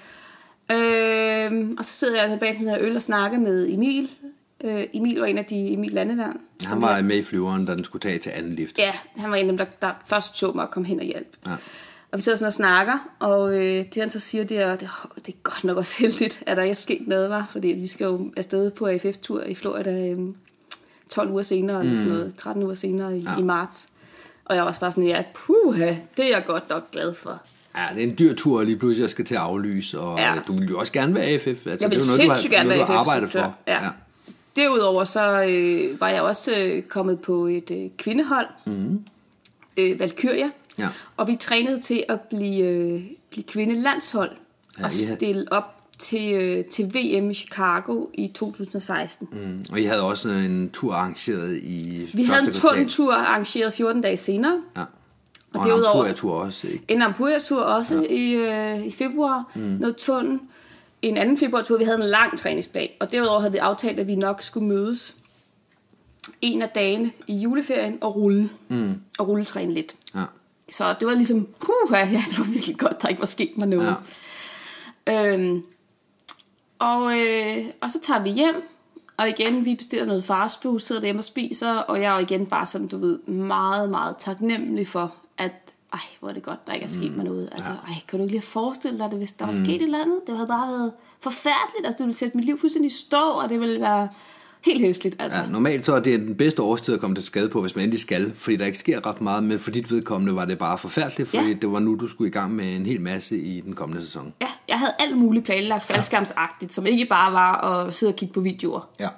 C: Øh, og så sidder jeg tilbage på den her øl og snakker med Emil. Øh, Emil var en af de Emil Landeværn.
B: Han var med i flyveren, da den skulle tage til anden lift.
C: Ja, han var en af dem, der, der først så mig og kom hen og hjalp. Ja. Og vi sidder sådan og snakker, og øh, det han så siger, det er, det, oh, det er godt nok også heldigt, at der ikke er sket noget, var, fordi vi skal jo afsted på A F F-tur i Florida øh, tolv uger senere, mm. eller sådan noget, tretten uger senere i, ja. i marts. Og jeg var også bare sådan, ja, puha, det er jeg godt nok glad for.
B: Ja, det er en dyr tur, og lige pludselig jeg skal til at aflyse, og ja. du vil jo også gerne være A F F. Altså,
C: jeg vil
B: det er jo noget, du har,
C: gerne
B: noget,
C: være
B: du arbejder for.
C: Ja. Ja. Derudover så øh, var jeg også øh, kommet på et øh, kvindehold, mm. øh, Valkyria, ja. og vi trænede til at blive, øh, blive kvindelandshold ja, og stille op til, øh, til V M i Chicago i to tusind og seksten.
B: Mm. Og I havde også en tur arrangeret i
C: Vi havde en tunneltur arrangeret fjorten dage senere.
B: Ja. Og, og en Ampuriatur også, ikke? En
C: Ampuriatur også ja. i, øh, i februar. Mm. Noget tunnel. En anden februartur, vi havde en lang træningsplan. Og derudover havde vi aftalt, at vi nok skulle mødes en af dagene i juleferien og rulle. Mm. Og rulletræne lidt. Ja. Så det var ligesom, puh, ja, det var virkelig godt, der ikke var sket mig noget. Ja. Øhm, og, øh, og så tager vi hjem. Og igen, vi bestiller noget fastfood, sidder derhjemme og spiser. Og jeg er igen bare sådan, du ved, meget, meget taknemmelig for, at ej, hvor er det godt, der ikke er sket mm. mig noget. Altså, ja. ej, kan du ikke lige forestille dig det, hvis der var mm. sket et eller andet? Det havde bare været forfærdeligt. Altså, det ville sætte mit liv fuldstændig i stå, og det ville være Helt hæsligt, altså.
B: Ja, normalt så er det den bedste årstid at komme til skade på, hvis man endelig skal, fordi der ikke sker ret meget, men for dit vedkommende var det bare forfærdeligt, fordi ja. det var nu, du skulle i gang med en hel masse i den kommende sæson.
C: Ja, jeg havde alt muligt planlagt faldskærmsagtigt, som ikke bare var at sidde og kigge på videoer.
B: Ja.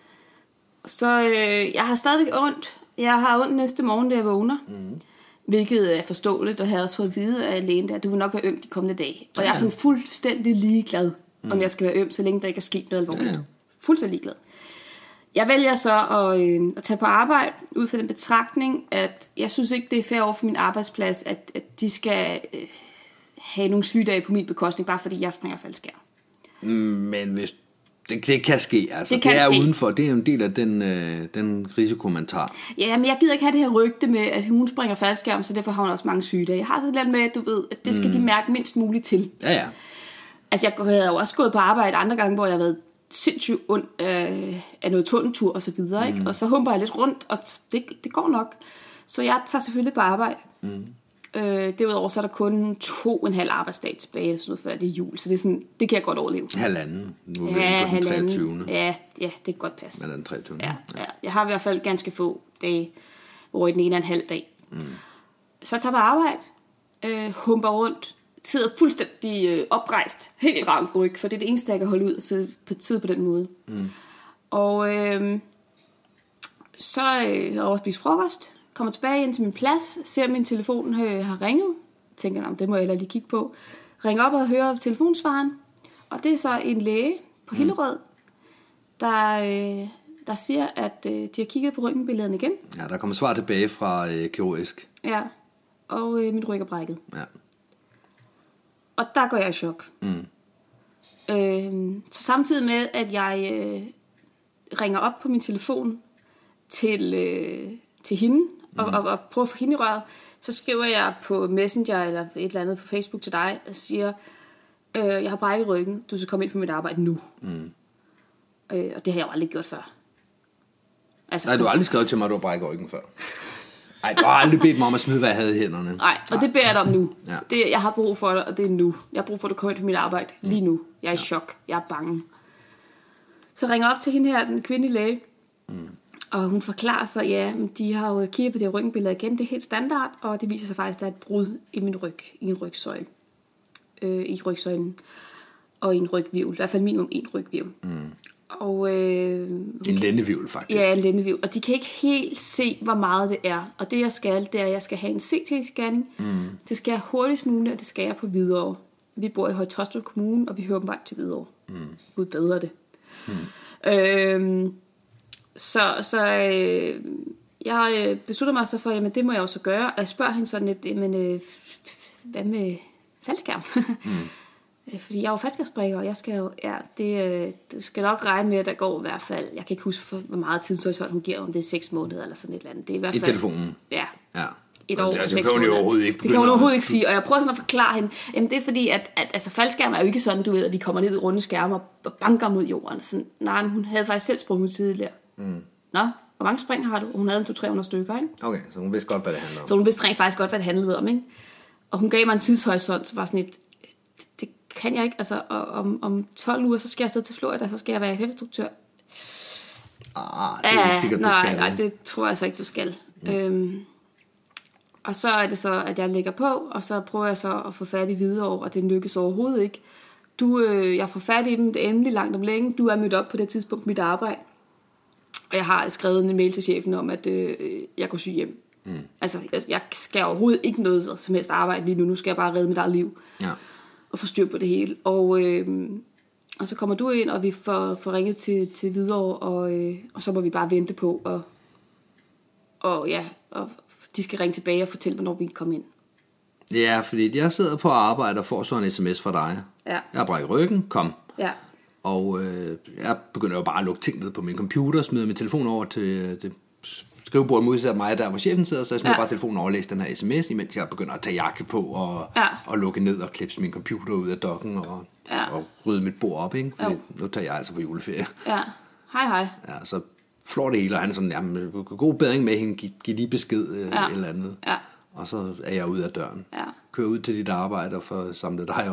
C: Så øh, jeg har stadigvæk ondt. Jeg har ondt næste morgen, da jeg vågner. Mm. Hvilket er forståeligt, og har også fået at vide af lægen der, du vil nok være øm de kommende dage. Og ja. jeg er sådan fuldstændig ligeglad, mm. om jeg skal være øm, så længe der ikke er sket noget alvorligt. Ja. Fuldstændig ligeglad. Jeg vælger så at, øh, at tage på arbejde ud fra den betragtning, at jeg synes ikke, det er fair over for min arbejdsplads, at, at de skal øh, have nogle sygedage på min bekostning, bare fordi jeg springer faldskærm.
B: Men hvis det, det kan ske, altså. Det,
C: det
B: det er
C: ske.
B: udenfor, det er jo en del af den, øh, den risiko, man tager.
C: Ja, men jeg gider ikke have det her rygte med, at hun springer faldskærm, så derfor har hun også mange sygedage. Jeg har sådan lidt med, at du ved, at det skal mm. de mærke mindst muligt til.
B: Ja, ja.
C: Altså, jeg havde jo også gået på arbejde andre gange, hvor jeg har været sindssygt ond øh, af noget tunneltur og så videre, ikke? Mm. Og så humper jeg lidt rundt, og det, det går nok. Så jeg tager selvfølgelig på arbejde. Mm. Øh, derudover så er der kun to og en halv arbejdsdag tilbage, sådan noget, før det er jul, så det, er sådan, det kan jeg godt overleve.
B: Halvanden. Nu er
C: ja,
B: vi på den treogtyvende.
C: Ja, ja, det kan godt passe.
B: Men den treogtyvende.
C: Ja, ja. Jeg har i hvert fald ganske få dage, hvor i den ene er en halv dag. Mm. Så jeg tager på arbejde, øh, humper rundt, sidder fuldstændig øh, oprejst, helt rank ryg, for det er det eneste, jeg kan holde ud at sidde på tid på den måde. Mm. Og øh, så øh, har jeg også spist frokost, kommer tilbage ind til min plads, ser min telefon øh, har ringet, tænker, det må jeg heller lige kigge på, ringer op og hører telefonsvaren, og det er så en læge på Hillerød, der, øh, der siger, at øh, de har kigget på røntgenbillederne igen.
B: Ja, der kommer svar tilbage fra øh, kirurgisk.
C: Ja, og øh, min ryg er brækket.
B: Ja.
C: Og der går jeg i chok. Mm. Øh, så samtidig med, at jeg øh, ringer op på min telefon til, øh, til hende, mm. og, og, og prøver at få hende i røret, så skriver jeg på Messenger eller et eller andet på Facebook til dig, og siger, øh, jeg har brækket ryggen, du skal komme ind på mit arbejde nu. Mm. Øh, og det har jeg jo aldrig gjort før. Altså,
B: Nej, du har aldrig skrevet til mig, at du har brækket ryggen før. Nej, du har aldrig bedt mig om at smide, hvad jeg havde i hænderne.
C: Nej, og det beder jeg dig om nu. Ja. Det, jeg har brug for det, og det er nu. Jeg har brug for, at du kommer ind på mit arbejde lige nu. Jeg er i chok. Jeg er bange. Så ringer op til hende her, den kvindelige læge. Mm. Og hun forklarer sig, ja, de har jo kigget på det røntgenbillede igen. Det er helt standard, og det viser sig faktisk, at der er et brud i min ryg. I en rygsøjle. Øh, I rygsøjlen. Og i en rygvirvel. I hvert fald minimum en rygvirvel. Mm. Og, øh,
B: en lændehvirvel faktisk.
C: Ja, en lændehvirvel. Og de kan ikke helt se, hvor meget det er. Og det jeg skal, det er, at jeg skal have en C T-scanning. Mm. Det skal jeg hurtigst muligt, og det skal jeg på Hvidovre. Vi bor i Høje-Taastrup Kommune, og vi hører åbenbart til Hvidovre. Mm. Gud bedre det. Mm. Øh, så så øh, jeg beslutter mig så for, jamen det må jeg også gøre. Og jeg spørger hende sådan lidt, men øh, hvad med faldskærm? Mm. Fordi jeg er jo faldskærmssprækker, og jeg skal jo, ja, det, det skal nok regne med, at der går i hvert fald, jeg kan ikke huske, for, hvor meget tidshorisont hun giver, om det er seks måneder eller sådan et eller andet. Det er i hvert fald,
B: i telefonen?
C: Ja.
B: Ja.
C: Et år,
B: det, det,
C: seks
B: det
C: måneder.
B: Overhovedet ikke
C: det kan hun overhovedet ikke sige, og jeg prøver sådan at forklare hende, jamen det er fordi, at, at altså, faldskærm er jo ikke sådan, du ved, at vi kommer ned i runde skærme og banker mod jorden. Sådan, nej, hun havde faktisk selv sprunget tidligere. Mm. Nå, hvor mange springer har du? Hun havde en to til tre hundrede stykker, ikke?
B: Okay, så hun vidste godt, hvad det handlede om.
C: Så hun vidste rent faktisk godt, hvad det handlede om, ikke? Og hun gav mig en tidshorisont, så var sådan et, det, det kan jeg ikke, altså om, om tolv uger, så skal jeg afsted til Florida, så skal jeg være F F-instruktør.
B: Ah, det er ja, ikke sikkert, du
C: nej,
B: skal.
C: Nej, det tror jeg så ikke, du skal. Mm. Øhm, og så er det så, at jeg lægger på, og så prøver jeg så at få fat i Hvidovre, og det lykkes overhovedet ikke. Du, øh, jeg får fat i dem, det er endelig langt om længe. Du er mødt op på det tidspunkt på mit arbejde. Og jeg har skrevet en mail til chefen om, at øh, jeg går syg hjem. Mm. Altså, jeg, jeg skal overhovedet ikke noget som helst arbejde lige nu. Nu skal jeg bare redde mit eget liv. Ja. Og få styr på det hele. Og, øh, og så kommer du ind, og vi får, får ringet til, til Hvidovre, og, øh, og så må vi bare vente på, og, og ja, og de skal ringe tilbage og fortælle, hvornår vi kan komme ind.
B: Ja, fordi jeg sidder på arbejde og får så en sms fra dig. Ja. Jeg har brækket ryggen, kom. Ja. Og øh, jeg begynder jo bare at lukke ting ned på min computer, smider min telefon over til det skrivebord modsat mig, der hvor chefen sidder, så jeg smider ja. bare telefonen over og læser den her sms, imens jeg begynder at tage jakke på og, ja. og lukke ned og klippe min computer ud af dokken og, ja. og rydde mit bord op, ikke? Fordi nu tager jeg altså på juleferie.
C: Ja, hej hej.
B: Ja, så flår det hele, og han er sådan, jamen, god bedring med hende, giv, giv lige besked øh, ja. eller andet. Ja. Og så er jeg ude af døren. Ja. Kører ud til dit arbejde og får samlet dig op.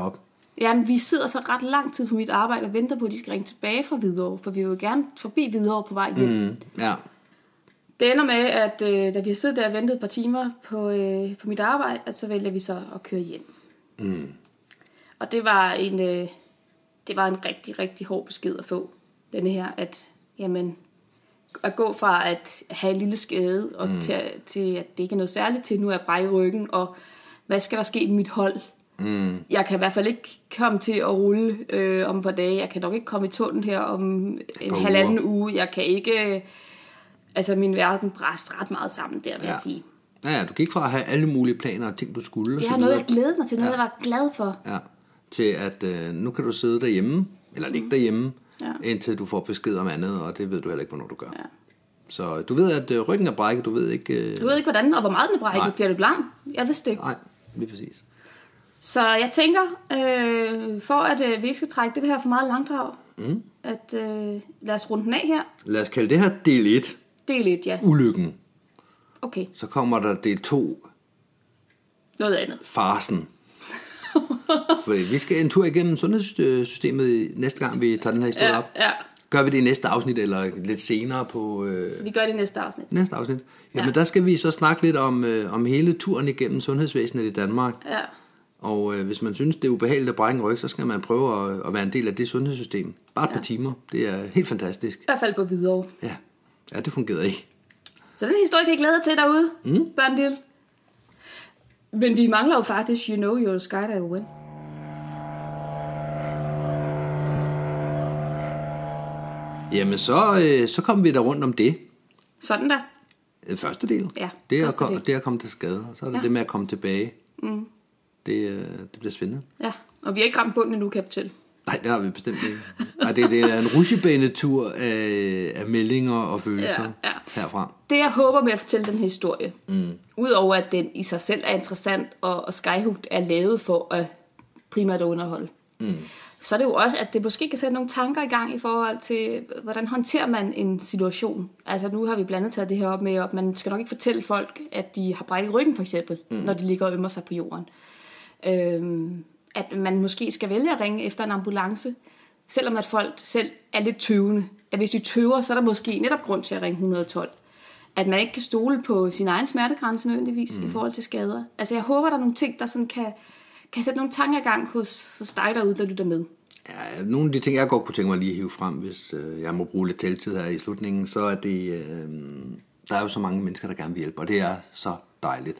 C: Jamen, vi sidder så ret lang tid på mit arbejde og venter på, at de skal ringe tilbage fra Hvidovre, for vi vil jo gerne forbi Hvidovre på vej hjem.
B: Mm, ja.
C: Det ender med, at øh, da vi har siddet der og ventet et par timer på, øh, på mit arbejde, at så vælger vi så at køre hjem.
B: Mm.
C: Og det var en, øh, det var en rigtig, rigtig hård besked at få. Denne her, at jamen, at gå fra at have en lille skade, og mm. til, til at det ikke er noget særligt, til nu er jeg brækket i ryggen, og hvad skal der ske med mit hold? Mm. Jeg kan i hvert fald ikke komme til at rulle øh, om et par dage. Jeg kan nok ikke komme i tunnelen her om en halvanden uge. uge. Jeg kan ikke... Øh, altså, min verden bræst ret meget sammen der, vil ja. jeg sige.
B: Ja, ja, du gik fra at have alle mulige planer og ting, du skulle.
C: Jeg har noget, jeg glædede mig til. Noget, ja. jeg var glad for.
B: Ja, til at øh, nu kan du sidde derhjemme, eller ligge mm. derhjemme, ja. indtil du får besked om andet, og det ved du heller ikke, hvornår du gør. Ja. Så du ved, at øh, ryggen er brækket, du ved ikke... Øh...
C: Du ved ikke, hvordan og hvor meget den er brækket. Bliver det blank? Jeg vidste det ikke.
B: Nej, lige præcis.
C: Så jeg tænker, øh, for at øh, vi ikke skal trække det her for meget langdrag, mm. at øh, lad os runde den af her.
B: Lad os kalde det her del et.
C: Del et, ja.
B: Ulykken.
C: Okay.
B: Så kommer der del to.
C: Noget andet.
B: Farsen. For vi skal en tur igennem sundhedssystemet næste gang, vi tager den her historie
C: ja,
B: op.
C: Ja.
B: Gør vi det i næste afsnit, eller lidt senere på... Øh...
C: Vi gør det i næste afsnit.
B: Næste afsnit. Jamen, ja. Der skal vi så snakke lidt om, øh, om hele turen igennem sundhedsvæsenet i Danmark.
C: Ja.
B: Og øh, hvis man synes, det er ubehageligt at brække en ryg, så skal man prøve at, at være en del af det sundhedssystem. Bare et ja. par timer. Det er helt fantastisk.
C: I hvert fald på Hvidovre.
B: Ja. Ja, det fungerede ikke.
C: Så den historie kan I glæde jer til derude, mm. børn lille. Men vi mangler jo faktisk, you know you're a skydiver when.
B: Jamen, så, øh, så kommer vi der rundt om det.
C: Sådan der.
B: Den første del.
C: Ja,
B: det er,
C: første
B: at,
C: del.
B: det er at komme til skade. Så er det ja. det med at komme tilbage. Mm. Det, øh, det bliver spændende.
C: Ja, og vi har ikke ramt bunden endnu, kan jeg fortælle.
B: Nej, det har vi bestemt ikke. Nej, det, det er en rutsjebanetur af, af meldinger og følelser ja, ja. herfra.
C: Det jeg håber med at fortælle den her historie, mm. udover at den i sig selv er interessant, og, og Skyhooked er lavet for at primært underholde, mm. så er det jo også, at det måske kan sætte nogle tanker i gang i forhold til, hvordan håndterer man en situation. Altså nu har vi blandt andet taget det her op med, at man skal nok ikke fortælle folk, at de har brækket ryggen for eksempel, mm. når de ligger og ømmer sig på jorden. Øhm, at man måske skal vælge at ringe efter en ambulance, selvom at folk selv er lidt tøvende. At hvis de tøver, så er der måske netop grund til at ringe et hundrede og tolv. At man ikke kan stole på sin egen smertegrænse nødvendigvis mm. i forhold til skader. Altså jeg håber, der er nogle ting, der sådan kan, kan sætte nogle tanker i gang hos, hos dig derude, der lytter med.
B: Ja, nogle af de ting, jeg godt kunne tænke mig lige at hive frem, hvis øh, jeg må bruge lidt taletid her i slutningen, så er det, øh, der er jo så mange mennesker, der gerne vil hjælpe, og det er så dejligt.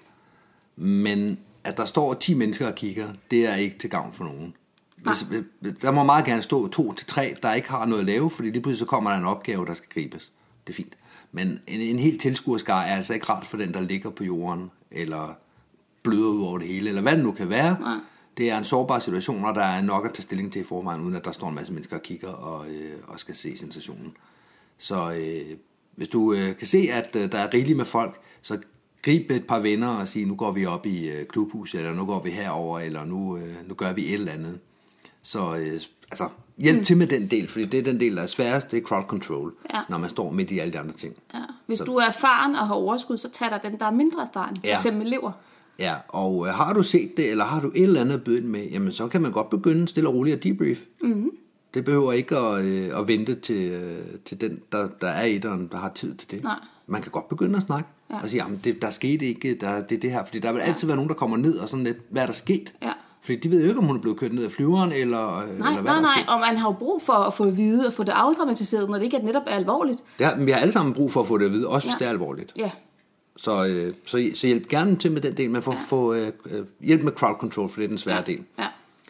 B: Men at der står ti mennesker og kigger, det er ikke til gavn for nogen. Hvis, der må meget gerne stå to til tre, der ikke har noget at lave, fordi lige pludselig så kommer der en opgave, der skal gribes. Det er fint. Men en, en helt tilskuerskare er altså ikke rart for den, der ligger på jorden, eller bløder ud over det hele, eller hvad det nu kan være. Nej. Det er en sårbar situation, og der er nok at tage stilling til i forvejen, uden at der står en masse mennesker og kigger og, øh, og skal se sensationen. Så øh, hvis du øh, kan se, at øh, der er rigeligt med folk, så grib et par venner og sige, nu går vi op i øh, klubhuset, eller nu går vi herover, eller nu, øh, nu gør vi et eller andet. Så øh, altså, hjælp mm. til med den del, fordi det er den del, der er sværest, det er crowd control, ja. når man står midt i alle de andre ting.
C: Ja. Hvis så, du er erfaren og har overskud, så tag dig den, der er mindre erfaren, ja. for eksempel elever.
B: Ja, og øh, har du set det, eller har du et eller andet at byde med, jamen så kan man godt begynde stille og roligt at debrief. Mm-hmm. Det behøver ikke at, øh, at vente til, øh, til den, der, der er etteren, der har tid til det. Nej. Man kan godt begynde at snakke, ja. og sige, jamen det, der skete ikke, der, det er det her, fordi der vil altid ja. være nogen, der kommer ned og sådan lidt, hvad er der sket? Ja. Fordi de ved jo ikke, om hun er blevet kørt ned af flyveren, eller,
C: nej,
B: eller hvad
C: nej,
B: der
C: nej, og man har jo brug for at få at vide, og få det afdramatiseret, når det ikke er netop er alvorligt.
B: Ja, men vi har alle sammen brug for at få det at vide, også ja. hvis det er alvorligt. Ja. Så, øh, så, så hjælp gerne til med den del, men få, ja. få øh, hjælp med crowd control, for det er den svære ja. del. Ja.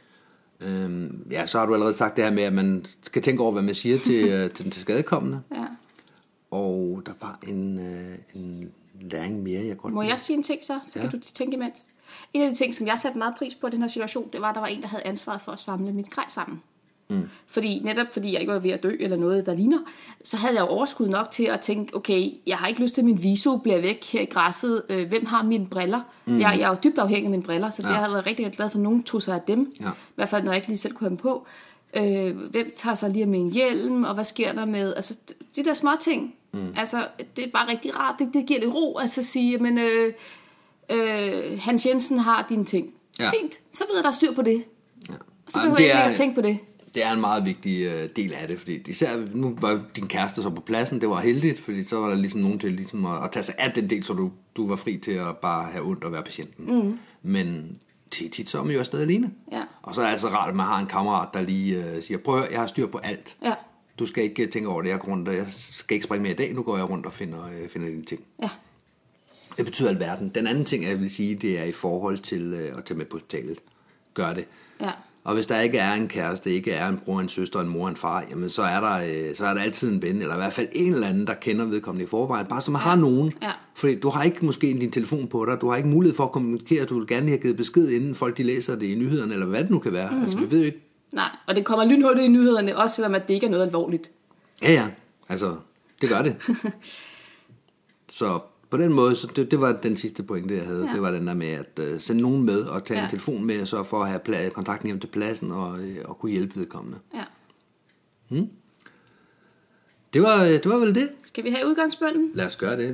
B: Øhm, ja, så har du allerede sagt det her med, at man skal tænke over, hvad man siger til, øh, til den tilskadekommende. Ja. Og der var en, øh, en læring mere, jeg godt
C: Må jeg sige en ting så? Så ja. kan du tænke imens. En af de ting, som jeg satte meget pris på i den her situation, det var, at der var en, der havde ansvaret for at samle mit grej sammen. Mm. Fordi netop fordi jeg ikke var ved at dø eller noget, der ligner, så havde jeg jo overskud nok til at tænke, okay, jeg har ikke lyst til, at min viso bliver væk her i græsset. Øh, hvem har mine briller? Mm. Jeg, jeg er jo dybt afhængig af mine briller, så ja. det har jeg været rigtig glad for, at nogen tog sig af dem. Ja. I hvert fald, når jeg ikke lige selv kunne have dem på. Øh, hvem tager sig lige af min hjelm, og hvad sker der med? Altså, de der små ting. Mm. Altså, det er bare rigtig rart. Det, det giver lidt ro, altså at sige, men øh, øh, Hans Jensen har dine ting. Ja. Fint, så ved jeg, der er styr på det. Ja. Så behøver jeg ikke at tænke på det.
B: Det er en meget vigtig øh, del af det, fordi især nu var din kæreste så på pladsen, det var heldigt, fordi så var der ligesom nogen til ligesom at, at tage sig af den del, så du, du var fri til at bare have ondt og være patienten. Mm. Men tit, tit så er man jo stadig alene.
C: Ja.
B: Og så er det altså rart, at man har en kammerat, der lige øh, siger, prøv at høre, jeg har styr på alt.
C: Ja.
B: Du skal ikke tænke over det, jeg går rundt, og jeg skal ikke springe mere i dag, nu går jeg rundt og finder, øh, finder dine ting.
C: Ja.
B: Det betyder alverden. Den anden ting, jeg vil sige, det er i forhold til øh, at tage med på hospitalet. Gør det.
C: Ja.
B: Og hvis der ikke er en kæreste, ikke er en bror, en søster, en mor, en far, jamen så er der, øh, så er der altid en ven, eller i hvert fald en eller anden, der kender vedkommende i forvejen, bare så man ja. har nogen.
C: Ja.
B: Fordi du har ikke måske din telefon på dig, du har ikke mulighed for at kommunikere, du vil gerne have givet besked, inden folk de læser det i nyhederne, eller hvad det nu kan være. Mm-hmm. Altså vi ved jo ikke.
C: Nej, og det kommer lynhurtigt i nyhederne, også selvom at det ikke er noget alvorligt.
B: Ja, ja, altså det gør det. Så på den måde, så det, det var den sidste pointe, jeg havde. Ja. Det var den der med at uh, sende nogen med og tage ja. en telefon med, og så for at have pla- kontakten hjem til pladsen og, uh, og kunne hjælpe vedkommende.
C: Ja.
B: Hmm? Det var, det var vel det.
C: Skal vi have udgangsbønnen?
B: Lad os gøre det.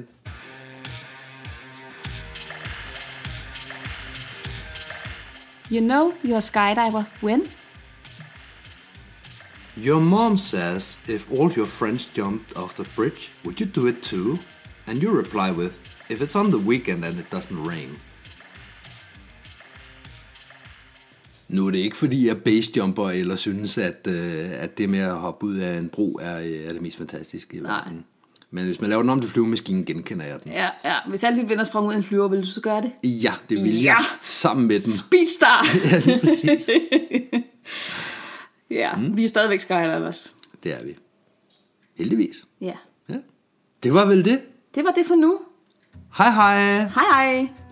C: You know you're a skydiver when?
B: Your mom says if all your friends jumped off the bridge, would you do it too? And you reply with, if it's on the weekend and it doesn't rain. Nu er det ikke fordi jeg basejumper eller synes at, øh, at det med at hoppe ud af en bro er, er det mest fantastiske i verden. Men hvis man laver den om til flyvemaskinen, genkender jeg den.
C: Ja, ja. Hvis alle dine venner sprang ud af en flyver, vil du så gøre det?
B: Ja, det vil
C: ja.
B: jeg. Sammen med dem.
C: Speedstar!
B: Ja, lige præcis.
C: Ja, mm. vi er stadigvæk skydivers.
B: Det er vi. Heldigvis.
C: Ja.
B: Ja. Det var vel det.
C: Det var det for nu.
B: Hej hej.
C: Hej hej.